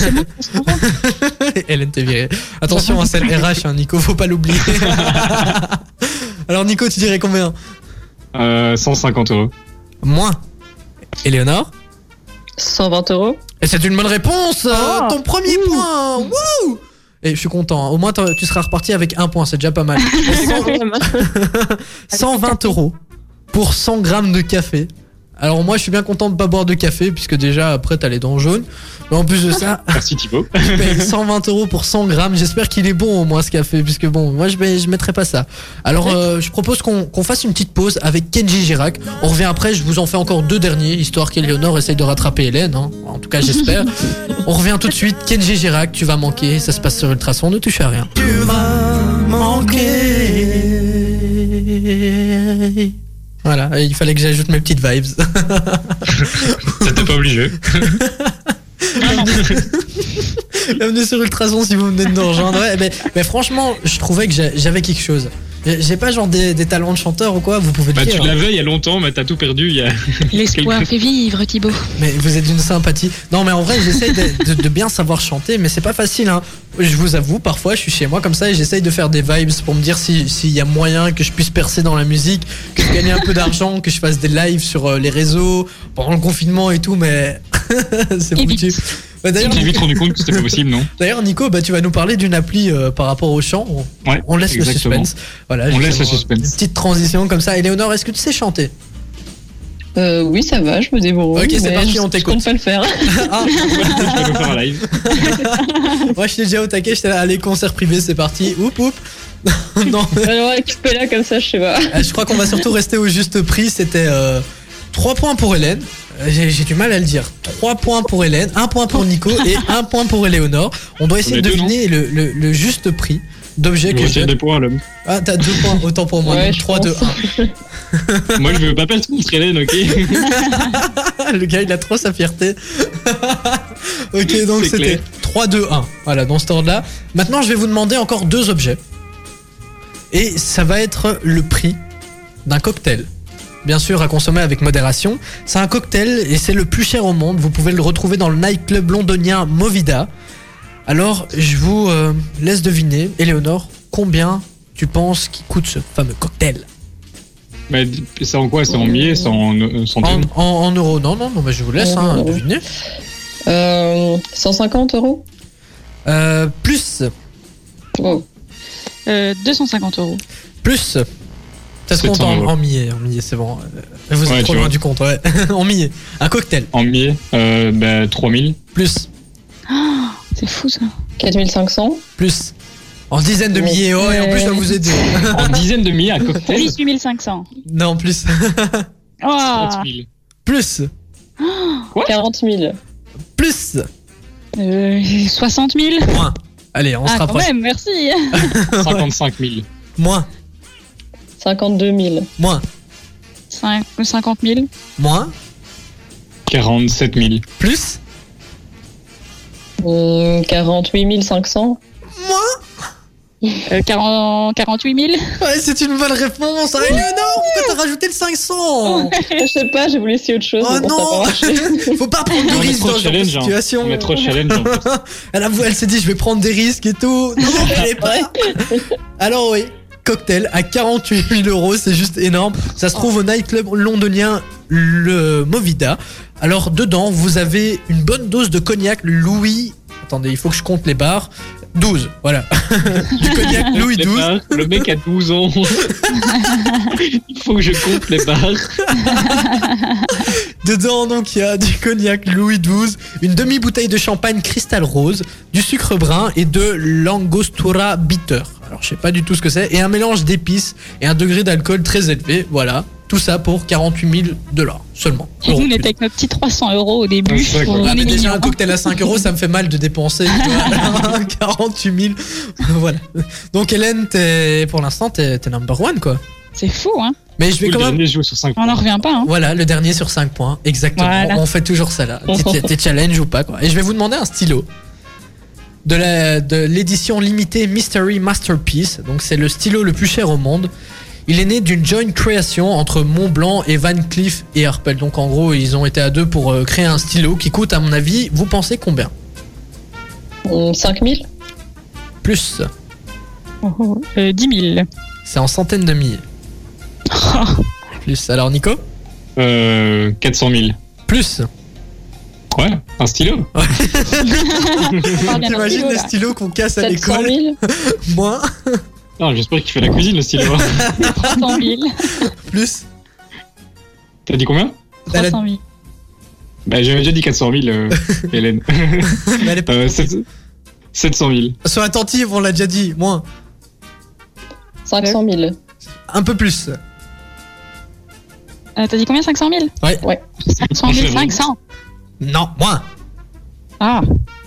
Hélène t'es virée. Attention, c'est le RH, hein, Nico, faut pas l'oublier. Alors Nico, tu dirais combien? 150 €. Moins. Éléonore? 120 €. Et c'est une bonne réponse. Ton premier point. Wouh! Et je suis content. Au moins, tu seras reparti avec 1 point. C'est déjà pas mal. 120 € pour 100 grammes de café. Alors moi, je suis bien content de pas boire de café puisque déjà après t'as les dents jaunes. Mais en plus de ça, merci Thibaut. Je paye 120 € pour 100 grammes. J'espère qu'il est bon au moins ce café puisque bon, moi je mettrai pas ça. Alors je propose qu'on fasse une petite pause avec Kenji Girac. On revient après. Je vous en fais encore 2 derniers histoire qu'Éléonore essaye de rattraper Hélène. Hein. En tout cas, j'espère. On revient tout de suite. Kenji Girac, tu vas manquer. Ça se passe sur Ultrason. Ne touche à rien. Tu vas manquer. Voilà, il fallait que j'ajoute mes petites vibes. T'étais pas obligé. Bienvenue sur Ultrason si vous venez de nous rejoindre. Ouais, mais franchement, je trouvais que j'avais quelque chose. J'ai pas genre des talents de chanteur ou quoi, vous pouvez le dire. Tu l'avais il y a longtemps, mais t'as tout perdu il y a. L'espoir fait vivre, Thibaut. Mais vous êtes d'une sympathie. Non, mais en vrai, j'essaye de bien savoir chanter, mais c'est pas facile, hein. Je vous avoue, parfois, je suis chez moi comme ça et j'essaye de faire des vibes pour me dire s'il y a moyen que je puisse percer dans la musique, que je gagne un peu d'argent, que je fasse des lives sur les réseaux pendant le confinement et tout, mais c'est foutu. D'ailleurs, j'ai vite rendu compte que c'était pas possible, non? D'ailleurs, Nico, tu vas nous parler d'une appli par rapport au chant. On laisse exactement. Le suspense. Voilà, on laisse le suspense. Une petite transition comme ça. Éléonore, est-ce que tu sais chanter? Oui, ça va, je me débrouille. Ok, c'est parti, on t'écoute. Je compte pas le faire. Je vais le faire en live. Moi, je t'ai déjà au taquet, j'étais là, allez, concert privé, c'est parti. Oup, oup. Non. Alors, récupérer là comme ça, je sais pas. Je crois qu'on va surtout rester au juste prix. C'était 3 points pour Hélène. J'ai du mal à le dire. 3 points pour Hélène, 1 point pour Nico et 1 point pour Éléonore. On doit essayer de deviner le juste prix d'objet que j'ai. Des points, l'homme. Ah, t'as 2 points, autant pour moi. Ouais, 3, 2, 1. Moi, je veux pas perdre contre Hélène, ok? Le gars, il a trop sa fierté. Ok, donc c'était 3, 2, 1. Voilà, dans ce ordre-là. Maintenant, je vais vous demander encore 2 objets. Et ça va être le prix d'un cocktail. Bien sûr, à consommer avec modération. C'est un cocktail et c'est le plus cher au monde. Vous pouvez le retrouver dans le nightclub londonien Movida. Alors, je vous laisse deviner, Éléonore, combien tu penses qu'il coûte ce fameux cocktail? Mais c'est en quoi? C'est en billets? C'est en centimes? En euros. Non, mais je vous laisse deviner. 150 €. Plus. Oh. 250 €. Plus. Ça se compte en milliers, c'est bon. Vous êtes trop loin du compte, ouais. En milliers. Un cocktail. En milliers, 3000. Plus. Oh, c'est fou ça. 4500. Plus. En dizaines de milliers, et en plus ça vous aide. En dizaines de milliers, un cocktail. 18 500. Non, plus. 30 000. Plus. Quoi? 40 000. Plus. 60 000. Moins. Allez, on se rapproche. Quand même, merci. 55 000. Moins. 52 000. Moins. 50 000. Moins. 47 000. Plus. 48 500. Moins. 48 000. Ouais, c'est une bonne réponse. Ah, Éléonore, pourquoi t'as rajouté le 500? Je sais pas, j'ai voulu essayer autre chose. Oh non. Faut pas prendre de risques dans ce genre de situation. On est trop challenge. Elle s'est dit, je vais prendre des risques et tout. Non, elle est pas. Alors oui. Cocktail à 48 000 €, c'est juste énorme. Ça se trouve au nightclub londonien le Movida. Alors dedans, vous avez une bonne dose de cognac Louis. Attendez, il faut que je compte les bars. 12, voilà. Du cognac Louis XII. Le mec a 12 ans. Il faut que je compte les bars. Dedans, donc, il y a du cognac Louis XII, une demi-bouteille de champagne Cristal Rose, du sucre brun et de l'Angostura Bitter. Alors, je sais pas du tout ce que c'est. Et un mélange d'épices et un degré d'alcool très élevé. Voilà. Tout ça pour 48 000 $ seulement. Et nous, on était avec nos petits 300 € au début. Mais déjà, un cocktail à 5 €, ça me fait mal de dépenser. 48 000. Voilà. Donc, Hélène, pour l'instant, t'es number one, quoi. C'est fou, hein. Mais je vais quand même. Sur 5 on n'en revient pas, hein. Voilà, le dernier sur 5 points. Exactement. Voilà. On fait toujours ça, là. T'es challenge ou pas, quoi. Et je vais vous demander un stylo. De l'édition limitée Mystery Masterpiece. Donc, c'est le stylo le plus cher au monde. Il est né d'une joint création entre Montblanc et Van Cleef et Arpels. Donc en gros, ils ont été à deux pour créer un stylo qui coûte, à mon avis, vous pensez combien ? 5 000 ? Plus. 10 000. C'est en centaines de milliers. Plus. Alors Nico ? 400 000. Plus. Ouais, un stylo. T'imagines les stylos qu'on casse à l'école ? 700 000 ? Moins. Non, j'espère qu'il fait la cuisine, le stylo. 300 000. Plus. T'as dit combien ? 300 000. Bah, j'avais déjà dit 400 000, Hélène. Mais elle est pas 700 000. Sois attentive, on l'a déjà dit. Moins. 500 000. Un peu plus. T'as dit combien ? 500 000 ? Ouais. 500 000, 500. Non, moins. Ah.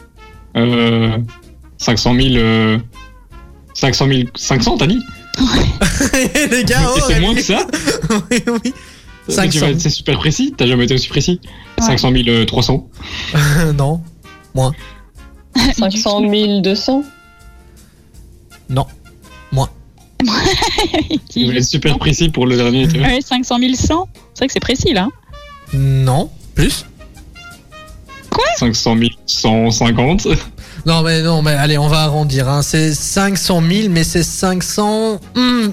500 000... 500, t'as dit ? Les gars, c'est moins que ça ? Oui. 500. C'est super précis, t'as jamais été aussi précis ? Ouais. 500 300. Non, moins. 500 200. Non, moins. Vous voulez être super précis pour le dernier. Tu vois. Ouais, 500 100. C'est vrai que c'est précis là. Non, plus. Quoi ? 500 150. Non, mais allez, on va arrondir. Hein. C'est 500 000, mais c'est 500 000.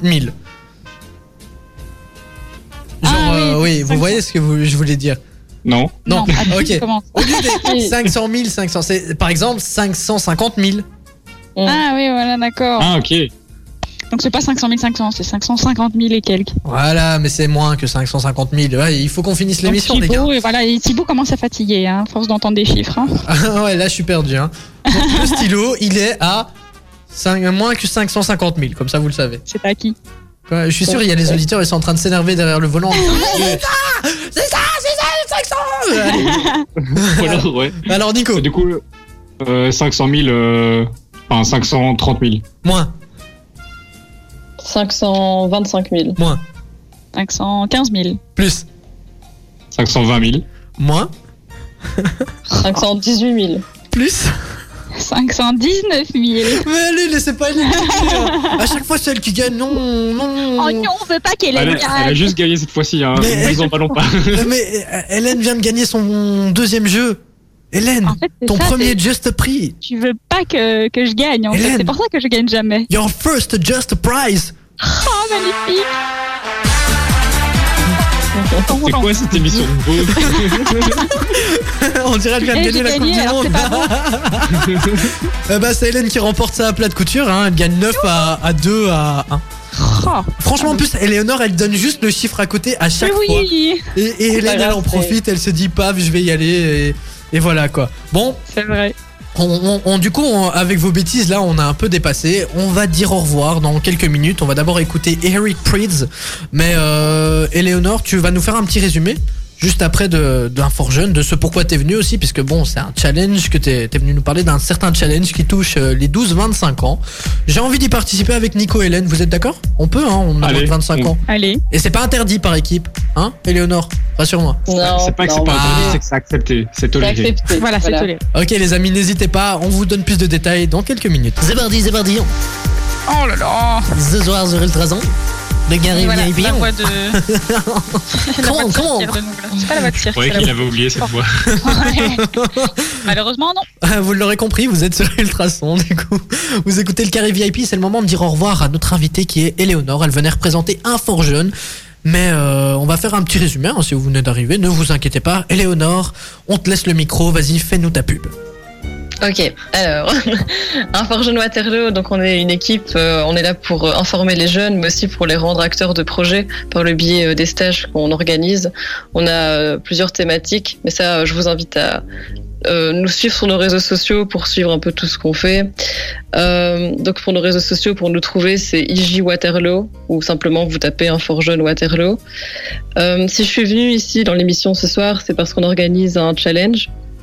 Genre, oui, vous voyez ce que je voulais dire. Non. Ok. Au lieu des 500 000, 500, c'est par exemple 550 000. Ah oui, voilà, d'accord. Ah, ok. Donc c'est pas 500 500, c'est 550 000 et quelques. Voilà, mais c'est moins que 550 000. Ouais, il faut qu'on finisse l'émission, Thibaut, les gars. Et voilà, et Thibaut commence à fatiguer, hein, à force d'entendre des chiffres. Hein. Ah ouais, là je suis perdu. Hein. Donc, le stylo, il est à moins que 550 000, comme ça vous le savez. C'est à qui ? Je suis sûr, il y a les auditeurs, ils sont en train de s'énerver derrière le volant. C'est ça, 500. Voilà, ouais. Alors Nico. Du coup, 500 000, enfin 530 000. Moins. 525 000. Moins. 515 000. Plus. 520 000. Moins. 518 000. Plus. 519 000. Mais allez, laissez pas elle. À chaque fois, c'est elle qui gagne. Non. Oh non, on veut pas qu'Hélène gagne. Elle a juste gagné cette fois-ci, hein. Mais Nous en parlons pas. Mais Hélène vient de gagner son deuxième jeu. Hélène, En fait, c'est ton ça, premier c'est- Just Prix. Tu veux pas que je gagne, en fait. Hélène. C'est pour ça que je gagne jamais. Your first Just Prize. Oh, magnifique. C'est quoi cette émission de beau? On dirait qu'elle vient de gagner j'ai la Coupe gagné, du alors Monde. c'est pas bon. C'est Hélène qui remporte ça à plat de couture. Hein. Elle gagne 9 à 2 à 1. Oh. Franchement, en plus, Éléonore, elle donne juste le chiffre à côté à chaque fois. Oui, Et Hélène, elle en profite, elle se dit, paf, je vais y aller. Et voilà quoi. Bon, c'est vrai. du coup, avec vos bêtises, là, on a un peu dépassé. On va dire au revoir dans quelques minutes. On va d'abord écouter Eric Prydz. Mais Éléonore, tu vas nous faire un petit résumé juste après d'un fort jeune, de ce pourquoi t'es venu aussi, puisque bon, c'est un challenge que t'es venu nous parler d'un certain challenge qui touche les 12-25 ans. J'ai envie d'y participer avec Nico et Hélène, vous êtes d'accord? On peut, hein, on a moins de 25 ans. Allez. Et c'est pas interdit par équipe, hein, Éléonore? Rassure-moi. Non, C'est pas que c'est pas interdit, c'est que c'est accepté. C'est c'est toléré. accepté. Voilà, c'est toléré. Ok les amis, n'hésitez pas, on vous donne plus de détails dans quelques minutes. C'est parti. Oh là là. Ce soir sur Ultrason, le gars Voilà, VIP. la voix de... Comment C'est pas la voix de cirque. Ouais, c'est la qu'il voix- avait oublié cette fois. Ouais. Malheureusement, non. Vous l'aurez compris, vous êtes sur Ultrason du coup. Vous écoutez le carré VIP, c'est le moment de dire au revoir à notre invitée qui est Éléonore. Elle venait représenter un fort jeune. Mais on va faire un petit résumé hein, si vous venez d'arriver, ne vous inquiétez pas. Éléonore, on te laisse le micro, vas-y, fais-nous ta pub. Ok, alors, un fort jeune Waterloo, donc on est une équipe, on est là pour informer les jeunes, mais aussi pour les rendre acteurs de projets par le biais des stages qu'on organise. On a plusieurs thématiques, mais ça, je vous invite à nous suivre sur nos réseaux sociaux pour suivre un peu tout ce qu'on fait. Donc pour nos réseaux sociaux, pour nous trouver, c'est IJ Waterloo, ou simplement vous tapez un fort jeune Waterloo. Si je suis venue ici dans l'émission ce soir, c'est parce qu'on organise un challenge.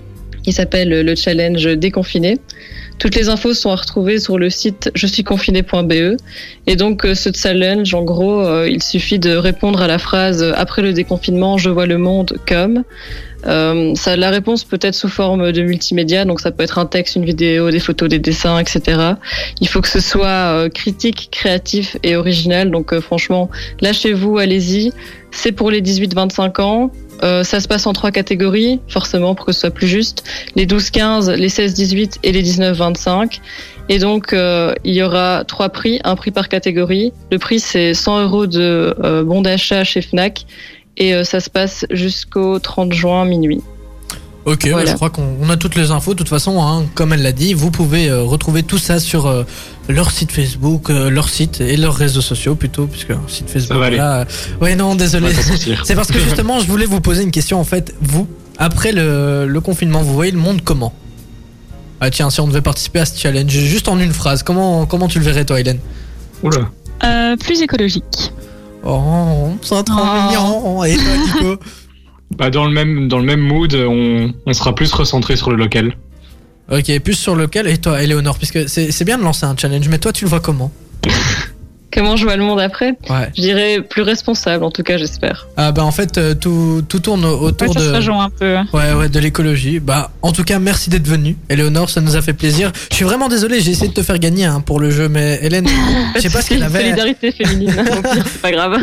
qui s'appelle le challenge déconfiné. Toutes les infos sont à retrouver sur le site jesuisconfiné.be. Et donc, ce challenge, en gros, il suffit de répondre à la phrase « Après le déconfinement, je vois le monde comme ». La réponse peut être sous forme de multimédia, donc ça peut être un texte, une vidéo, des photos, des dessins, etc. Il faut que ce soit critique, créatif et original. Donc franchement, lâchez-vous, allez-y. C'est pour les 18-25 ans. Ça se passe en 3 catégories, forcément, pour que ce soit plus juste. Les 12-15, les 16-18 et les 19-25. Et donc, il y aura 3 prix, un prix par catégorie. Le prix, c'est 100 € de bon d'achat chez Fnac. Et ça se passe jusqu'au 30 juin minuit. Ok, voilà. Je crois qu'on a toutes les infos. De toute façon, hein, comme elle l'a dit, vous pouvez retrouver tout ça sur leur site Facebook, leur site et leurs réseaux sociaux plutôt, puisque un site Facebook là. Ouais, non, désolé. C'est parce que justement, je voulais vous poser une question. En fait, vous, après le confinement, vous voyez le monde comment ? Ah tiens, si on devait participer à ce challenge, juste en une phrase, comment tu le verrais toi, Hélène ? Oula. Plus écologique. Oh, c'est trop mignon. Et toi, Nico ? Dans le même mood, on sera plus recentré sur le local. Ok, plus sur le local. Et toi, Éléonore, puisque c'est bien de lancer un challenge, mais toi, tu le vois comment ? Comment je vois le monde après ? Ouais. Je dirais plus responsable, en tout cas, j'espère. Ah en fait, tout tourne autour ça se rejoint un peu. Ouais, de l'écologie. En tout cas, merci d'être venue, Éléonore, ça nous a fait plaisir. Je suis vraiment désolé, j'ai essayé de te faire gagner pour le jeu, mais Hélène, je sais pas ce qu'elle avait. Solidarité féminine, c'est pas grave.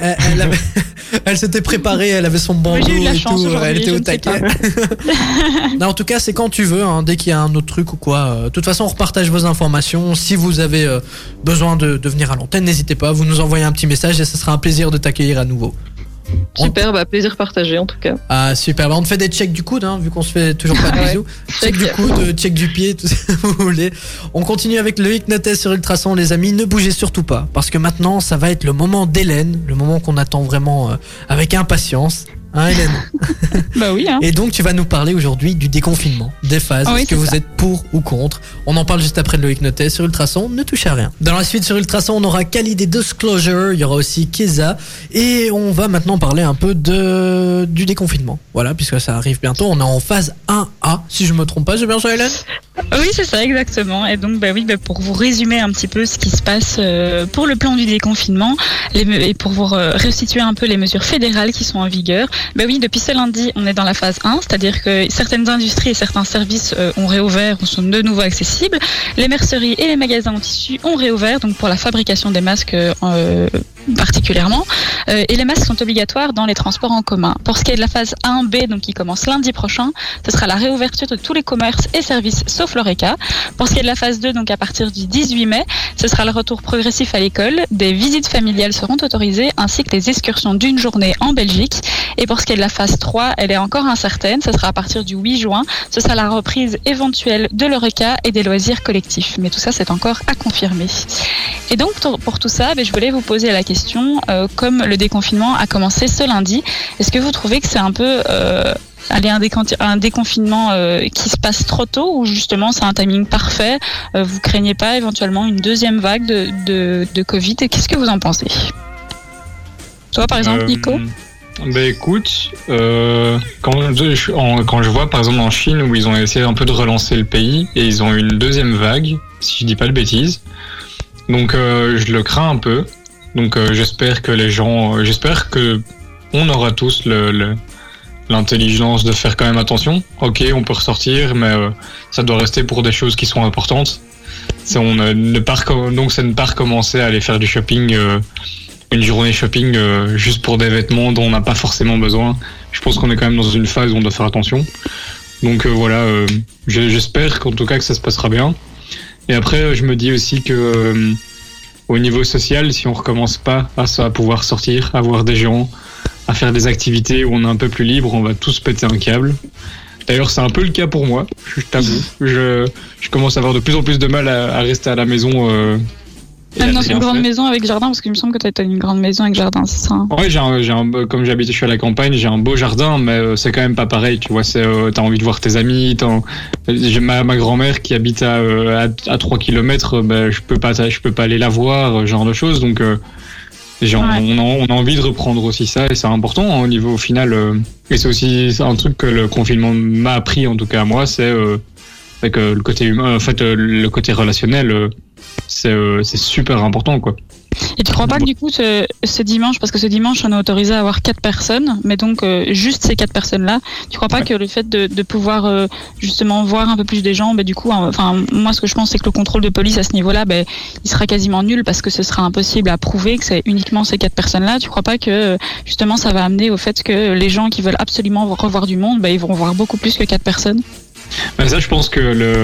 Elle s'était préparée, elle avait son bandeau et tout, elle était au taquet. Non, en tout cas, c'est quand tu veux, dès qu'il y a un autre truc ou quoi. De toute façon, on repartage vos informations. Si vous avez besoin de venir à l'antenne, n'hésitez pas, vous nous envoyez un petit message et ce sera un plaisir de t'accueillir à nouveau. Super, plaisir partagé en tout cas. Ah super, on te fait des checks du coude, vu qu'on se fait toujours pas de bisous. Check du coude, check du pied, tout ce que vous voulez. On continue avec Loïc Notet sur Ultrason, les amis, ne bougez surtout pas, parce que maintenant ça va être le moment d'Hélène, le moment qu'on attend vraiment avec impatience. Hein, Hélène? Bah oui. Et donc tu vas nous parler aujourd'hui du déconfinement, des phases. Est-ce que vous êtes pour ou contre? On en parle juste après Loïc Notet sur Ultrason, ne touchez à rien. Dans la suite sur Ultrason, on aura Khalid et Disclosure, il y aura aussi Keza, et on va maintenant parler un peu du déconfinement. Voilà, puisque ça arrive bientôt, on est en phase 1A, si je me trompe pas, j'ai bien ça, Hélène? Oui, c'est ça, exactement. Et donc, pour vous résumer un petit peu ce qui se passe pour le plan du déconfinement et pour vous restituer un peu les mesures fédérales qui sont en vigueur. Depuis ce lundi, on est dans la phase 1, c'est-à-dire que certaines industries et certains services ont réouvert ou sont de nouveau accessibles. Les merceries et les magasins en tissu ont réouvert, donc pour la fabrication des masques particulièrement. Et les masques sont obligatoires dans les transports en commun. Pour ce qui est de la phase 1B, donc qui commence lundi prochain, ce sera la réouverture de tous les commerces et services sauf l'Horeca. Pour ce qui est de la phase 2, donc à partir du 18 mai, ce sera le retour progressif à l'école. Des visites familiales seront autorisées ainsi que les excursions d'une journée en Belgique. Et pour ce qui est de la phase 3, elle est encore incertaine. Ce sera à partir du 8 juin. Ce sera la reprise éventuelle de l'Horeca et des loisirs collectifs. Mais tout ça, c'est encore à confirmer. Et donc, pour tout ça, je voulais vous poser la question, comme le déconfinement a commencé ce lundi, est-ce que vous trouvez que c'est un peu un déconfinement qui se passe trop tôt ou justement c'est un timing parfait? Vous craignez pas éventuellement une deuxième vague de Covid? Qu'est-ce que vous en pensez? Toi, par exemple, Nico? Écoute, quand je vois par exemple en Chine où ils ont essayé un peu de relancer le pays et ils ont eu une deuxième vague, si je dis pas de bêtises, donc je le crains un peu. Donc j'espère que on aura tous l'intelligence de faire quand même attention. Ok, on peut ressortir, mais ça doit rester pour des choses qui sont importantes. Donc c'est ne pas recommencer à aller faire du shopping, une journée shopping juste pour des vêtements dont on n'a pas forcément besoin. Je pense qu'on est quand même dans une phase où on doit faire attention. Donc j'espère qu'en tout cas que ça se passera bien. Et après, je me dis aussi que au niveau social, si on recommence pas à pouvoir sortir, à voir des gens, à faire des activités où on est un peu plus libre, on va tous péter un câble. D'ailleurs, c'est un peu le cas pour moi, je t'avoue. Je commence à avoir de plus en plus de mal à rester à la maison. Même dans une grande maison avec jardin, parce qu'il me semble que tu as une grande maison avec jardin, c'est ça? Ouais, comme j'habite, je suis à la campagne, j'ai un beau jardin, mais c'est quand même pas pareil, tu vois. T'as envie de voir tes amis. J'ai ma grand-mère qui habite à 3 km, je peux pas aller la voir, ce genre de choses. Donc On a envie de reprendre aussi ça et c'est important au niveau final. Et c'est aussi un truc que le confinement m'a appris, en tout cas à moi, c'est que le côté humain, en fait, le côté relationnel, c'est super important, quoi. Et tu crois pas que du coup ce dimanche, parce que ce dimanche on est autorisé à avoir 4 personnes, mais donc juste ces 4 personnes-là, tu crois pas que le fait de pouvoir justement voir un peu plus des gens, du coup, enfin moi ce que je pense c'est que le contrôle de police à ce niveau-là, il sera quasiment nul parce que ce sera impossible à prouver que c'est uniquement ces 4 personnes-là. Tu crois pas que justement ça va amener au fait que les gens qui veulent absolument revoir du monde, ils vont voir beaucoup plus que 4 personnes? Ça, je pense que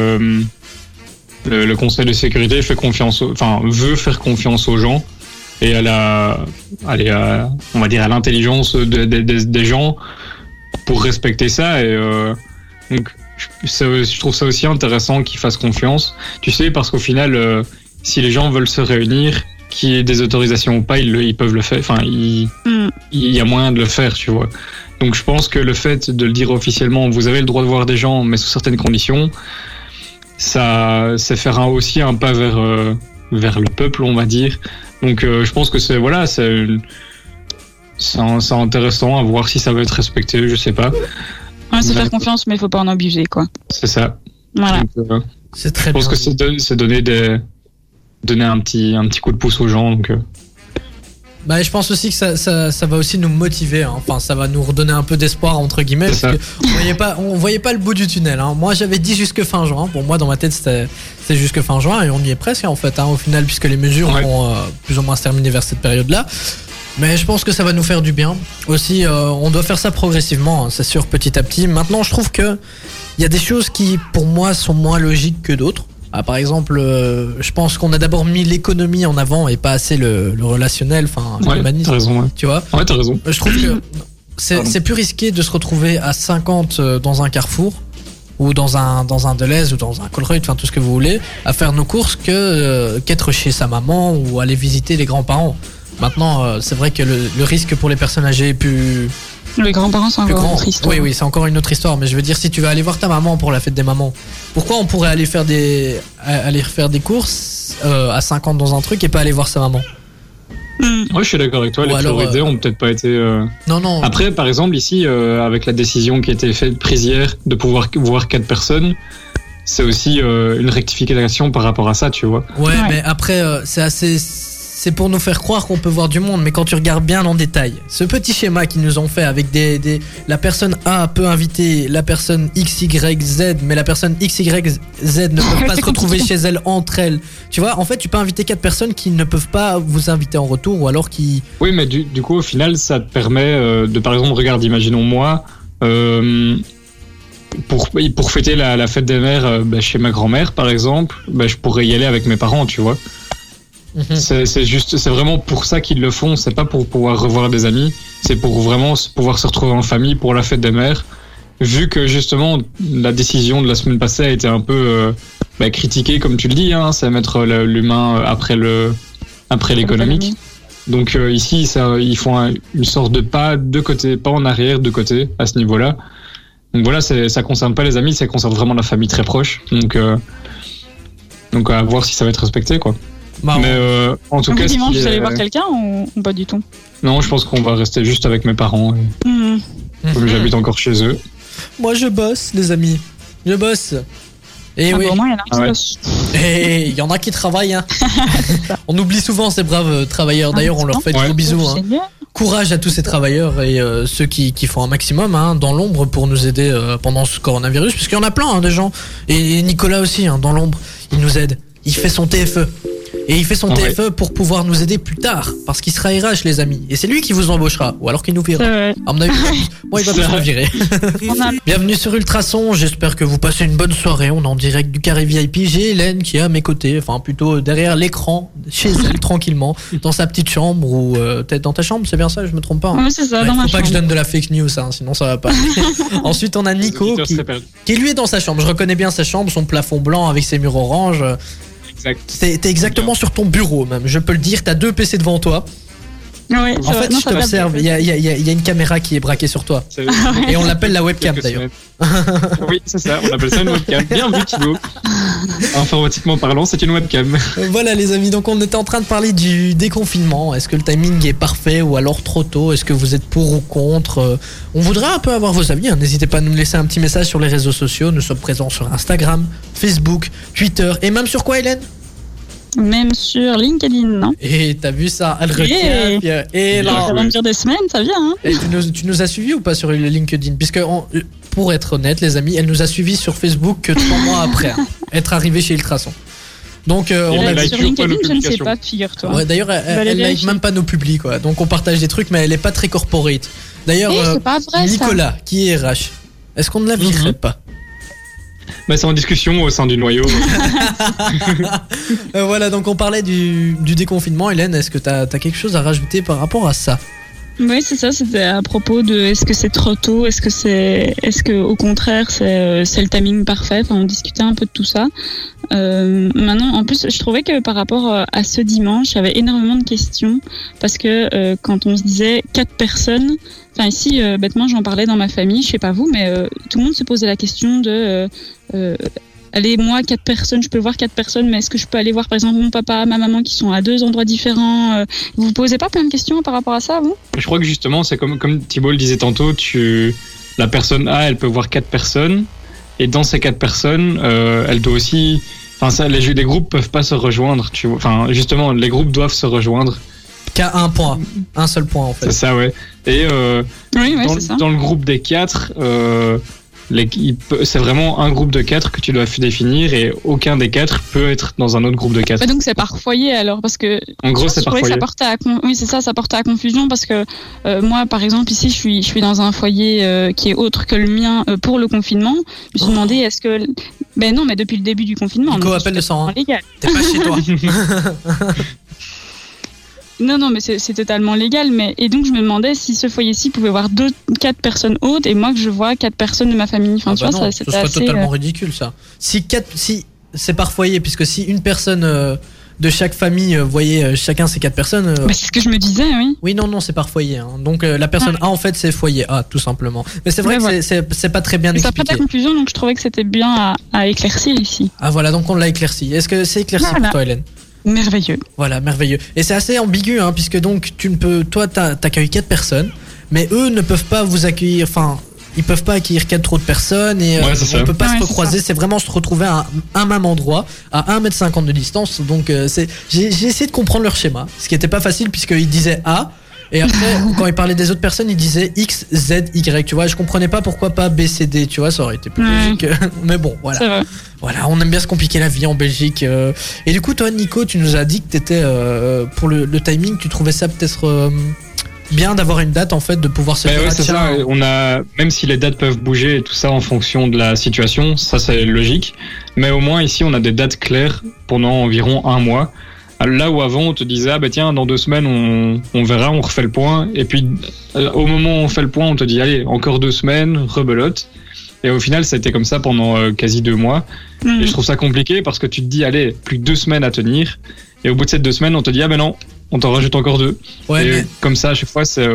le Conseil de sécurité veut faire confiance aux gens et on va dire à l'intelligence des gens pour respecter ça. Et donc, je trouve ça aussi intéressant qu'ils fassent confiance. Tu sais, parce qu'au final, si les gens veulent se réunir, qu'il y ait des autorisations ou pas, ils peuvent le faire. Enfin, il y a moyen de le faire, tu vois. Donc, je pense que le fait de le dire officiellement, vous avez le droit de voir des gens, mais sous certaines conditions, ça, c'est faire aussi un pas vers le peuple, on va dire. Donc, je pense que c'est intéressant à voir si ça va être respecté, je sais pas. Ouais, c'est faire confiance, mais il faut pas en abuser, quoi. C'est ça. Voilà. Donc, c'est très je pense bien. que c'est donner un petit coup de pouce aux gens. Donc, je pense aussi que ça va aussi nous motiver, hein. Enfin, ça va nous redonner un peu d'espoir entre guillemets, parce que on voyait pas le bout du tunnel, hein. Moi j'avais dit jusque fin juin. Pour moi dans ma tête c'était jusque fin juin et on y est presque en fait, hein, au final, puisque les mesures vont plus ou moins se terminer vers cette période-là. Mais je pense que ça va nous faire du bien. Aussi, on doit faire ça progressivement, hein, c'est sûr, petit à petit. Maintenant, je trouve que il y a des choses qui, pour moi, sont moins logiques que d'autres. Par exemple, je pense qu'on a d'abord mis l'économie en avant et pas assez le relationnel, enfin l'humanisme. T'as raison, tu vois. Ouais, t'as raison. Je trouve que c'est plus risqué de se retrouver à 50 dans un Carrefour ou dans un Deleuze ou dans un Colruyt, enfin tout ce que vous voulez, à faire nos courses qu'être chez sa maman ou aller visiter les grands-parents. Maintenant, c'est vrai que le risque pour les personnes âgées est plus... Les grands-parents, c'est encore une autre histoire. Oui, c'est encore une autre histoire. Mais je veux dire, si tu vas aller voir ta maman pour la fête des mamans, pourquoi on pourrait aller faire des courses à 50 dans un truc et pas aller voir sa maman? Ouais, je suis d'accord avec toi. Les priorités ont peut-être pas été. Non. Après, par exemple, ici, avec la décision qui a été prise hier de pouvoir voir 4 personnes, c'est aussi une rectification par rapport à ça, tu vois. Ouais. Mais après, c'est pour nous faire croire qu'on peut voir du monde, mais quand tu regardes bien en détail, ce petit schéma qu'ils nous ont fait avec la personne A peut inviter la personne X, Y, Z, mais la personne X, Y, Z ne peut pas se retrouver chez elle entre elles. Tu vois, en fait, tu peux inviter 4 personnes qui ne peuvent pas vous inviter en retour ou alors qui... Oui, mais du coup, au final, ça te permet de, par exemple, regarde, imaginons moi, pour fêter la fête des mères chez ma grand-mère, par exemple, je pourrais y aller avec mes parents, tu vois. C'est vraiment pour ça qu'ils le font, c'est pas pour pouvoir revoir des amis, c'est pour vraiment pouvoir se retrouver en famille pour la fête des mères. Vu que justement la décision de la semaine passée a été un peu critiquée, comme tu le dis, hein, c'est mettre l'humain après l'économique. Donc ici, ils font une sorte de pas de côté, pas en arrière, de côté à ce niveau-là. Donc voilà, ça concerne pas les amis, ça concerne vraiment la famille très proche. Donc à voir si ça va être respecté, quoi. Mais en tout cas, dimanche, vous allez voir quelqu'un ou pas du tout? Non, je pense qu'on va rester juste avec mes parents. Comme j'habite encore chez eux. Moi, je bosse, les amis. Je bosse. Et oui. Bon, il y en a qui bossent. Et il y en a qui travaillent. Hein. On oublie souvent ces braves travailleurs. D'ailleurs, on leur fait de gros bisous. Hein. Courage à tous ces travailleurs et ceux qui font un maximum dans l'ombre pour nous aider pendant ce coronavirus. Parce qu'il y en a plein des gens. Et Nicolas aussi, dans l'ombre, il nous aide. Il fait son TFE. Et il fait son TFE pour pouvoir nous aider plus tard. Parce qu'il sera RH, les amis. Et c'est lui qui vous embauchera. Ou alors qu'il nous virera. À mon avis, moi, il va plus me virer. Bienvenue sur Ultrason. J'espère que vous passez une bonne soirée. On est en direct du carré VIP. J'ai Hélène qui est à mes côtés. Enfin, plutôt derrière l'écran. Chez elle, tranquillement. Dans sa petite chambre. Ou peut-être dans ta chambre. C'est bien ça, je me trompe pas. Oui, c'est ça, dans ma chambre. Faut pas que je donne de la fake news, sinon ça va pas. Ensuite, on a Nico qui lui est dans sa chambre. Je reconnais bien sa chambre. Son plafond blanc avec ses murs orange. T'es exactement sur ton bureau même, je peux le dire, t'as 2 PC devant toi. Ouais, En fait, je t'observe, il y a une caméra qui est braquée sur toi. Et on l'appelle la webcam d'ailleurs. Oui, c'est ça, on appelle ça une webcam. Bien vu, Thibaut. Informatiquement parlant, c'est une webcam. Voilà les amis, donc on était en train de parler du déconfinement. Est-ce que le timing est parfait ou alors trop tôt? Est-ce que vous êtes pour ou contre? On voudrait un peu avoir vos avis, hein. N'hésitez pas à nous laisser un petit message sur les réseaux sociaux. Nous sommes présents sur Instagram, Facebook, Twitter et même sur quoi, Hélène? Même sur LinkedIn, non? Et t'as vu ça, elle recap. Et là, ça va me dire des semaines, ça vient. Hein. Et tu nous as suivis ou pas sur LinkedIn? Puisque, pour être honnête, les amis, elle nous a suivis sur Facebook que 3 mois après être arrivée chez Ultrason. Donc, on a sur LinkedIn, je ne sais pas, figure-toi. Ouais, d'ailleurs, elle like même pas nos publis, quoi. Donc, on partage des trucs, mais elle est pas très corporate. D'ailleurs, c'est pas vrai, Nicolas, qui est RH, est-ce qu'on ne la virerait pas? Bah, c'est en discussion au sein du noyau. Voilà, donc on parlait du déconfinement. Hélène, est-ce que t'as quelque chose à rajouter par rapport à ça? Oui, c'est ça, c'était à propos de est-ce que c'est trop tôt, est-ce que au contraire c'est le timing parfait, enfin, on discutait un peu de tout ça. Maintenant, en plus, je trouvais que par rapport à ce dimanche, il y avait énormément de questions parce que quand on se disait 4 personnes, enfin ici, bêtement, j'en parlais dans ma famille, je sais pas vous, mais tout le monde se posait la question de allez, moi, 4 personnes, je peux voir 4 personnes, mais est-ce que je peux aller voir, par exemple, mon papa, ma maman qui sont à 2 endroits différents? Vous vous posez pas plein de questions par rapport à ça, vous? Je crois que justement, c'est comme Thibaut le disait tantôt, la personne A, elle peut voir 4 personnes, et dans ces 4 personnes, elle doit aussi... Enfin, les groupes peuvent pas se rejoindre, tu vois. Enfin, justement, les groupes doivent se rejoindre. Qu'à un point, un seul point, en fait. C'est ça, ouais. Et c'est ça. Dans le groupe des 4... c'est vraiment un groupe de 4 que tu dois définir et aucun des 4 peut être dans un autre groupe de 4. Donc c'est par foyer alors parce que en gros c'est par foyer. Oui c'est ça, ça portait à confusion parce que moi par exemple ici je suis dans un foyer qui est autre que le mien pour le confinement. Je me suis demandé est-ce que non mais depuis le début du confinement. Nico appelle le 101. T'es pas chez toi. Non, mais c'est totalement légal. Et donc, je me demandais si ce foyer-ci pouvait voir 4 personnes autres et moi que je vois 4 personnes de ma famille. Enfin, tu vois, non, ce serait totalement ridicule, ça. Si c'est par foyer, puisque si une personne de chaque famille voyait chacun ces 4 personnes. C'est ce que je me disais, oui. Oui, non, c'est par foyer. Hein. Donc, la personne A, en fait, c'est foyer A, tout simplement. Mais c'est vrai que c'est pas très bien expliqué. Ça fait la conclusion, donc je trouvais que c'était bien à éclaircir ici. Ah, voilà, donc on l'a éclairci. Est-ce que c'est éclairci pour toi, Hélène? Merveilleux. Voilà, merveilleux. Et c'est assez ambigu, hein, puisque donc toi t'accueilles 4 personnes, mais eux ne peuvent pas vous accueillir, enfin, ils peuvent pas accueillir 4 autres personnes et on peut pas se recroiser, c'est vraiment se retrouver à un même endroit, à 1,50 m de distance. Donc j'ai essayé de comprendre leur schéma, ce qui était pas facile puisqu'ils disaient A. Et après, quand il parlait des autres personnes, il disait X, Z, Y, tu vois. Je comprenais pas pourquoi pas B, C, D, tu vois, ça aurait été plus logique. Mais bon, voilà. Voilà, on aime bien se compliquer la vie en Belgique. Et du coup, toi, Nico, tu nous as dit que t'étais, pour le timing, tu trouvais ça peut-être bien d'avoir une date, en fait, de pouvoir se faire. Ouais, c'est ça. Même si les dates peuvent bouger et tout ça en fonction de la situation, ça, c'est logique. Mais au moins, ici, on a des dates claires pendant environ 1 mois. Là où avant on te disait tiens dans 2 semaines on verra, on refait le point et puis au moment où on fait le point on te dit allez encore 2 semaines, rebelote et au final ça a été comme ça pendant quasi 2 mois et je trouve ça compliqué parce que tu te dis allez plus que 2 semaines à tenir et au bout de ces 2 semaines on te dit non on t'en rajoute encore 2 et comme ça à chaque fois c'est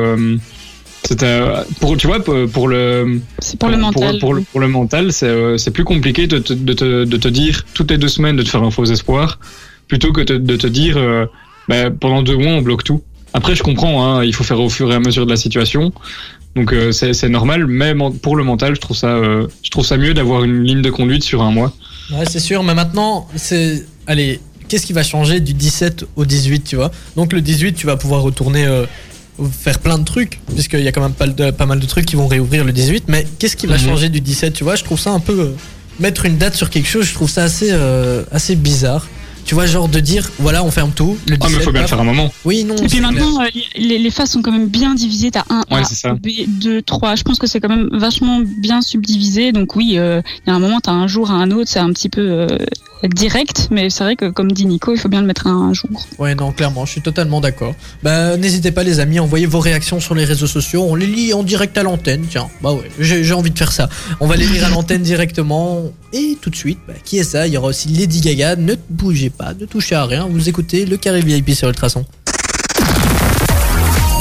tu vois pour le mental pour le mental c'est plus compliqué de te dire toutes les 2 semaines de te faire un faux espoir plutôt que de te dire pendant 2 mois on bloque tout. Après je comprends, hein, il faut faire au fur et à mesure de la situation, donc c'est normal, mais pour le mental je trouve ça mieux d'avoir une ligne de conduite sur 1 mois. Ouais c'est sûr, mais maintenant allez, qu'est-ce qui va changer du 17 au 18, tu vois? Donc le 18 tu vas pouvoir retourner faire plein de trucs, puisqu'il y a quand même pas mal de trucs qui vont réouvrir le 18, mais qu'est-ce qui va changer du 17, tu vois? Je trouve ça un peu mettre une date sur quelque chose, je trouve ça assez bizarre. Tu vois, genre de dire, voilà, on ferme tout. Le 17, mais faut bien le faire un moment. Oui, non. Et puis maintenant, les phases sont quand même bien divisées. T'as 1 A, B, 2, 3. Je pense que c'est quand même vachement bien subdivisé. Donc oui, il y a un moment, t'as un jour à un autre, c'est un petit peu direct. Mais c'est vrai que, comme dit Nico, il faut bien le mettre à un jour. Ouais, non, clairement, je suis totalement d'accord. N'hésitez pas, les amis, envoyez vos réactions sur les réseaux sociaux. On les lit en direct à l'antenne. Tiens, ouais, j'ai envie de faire ça. On va les lire à l'antenne directement. Et tout de suite, qui est ça? Il y aura aussi Lady Gaga. Ne bougez pas, ne touchez à rien. Vous écoutez le Carré VIP sur Ultrason.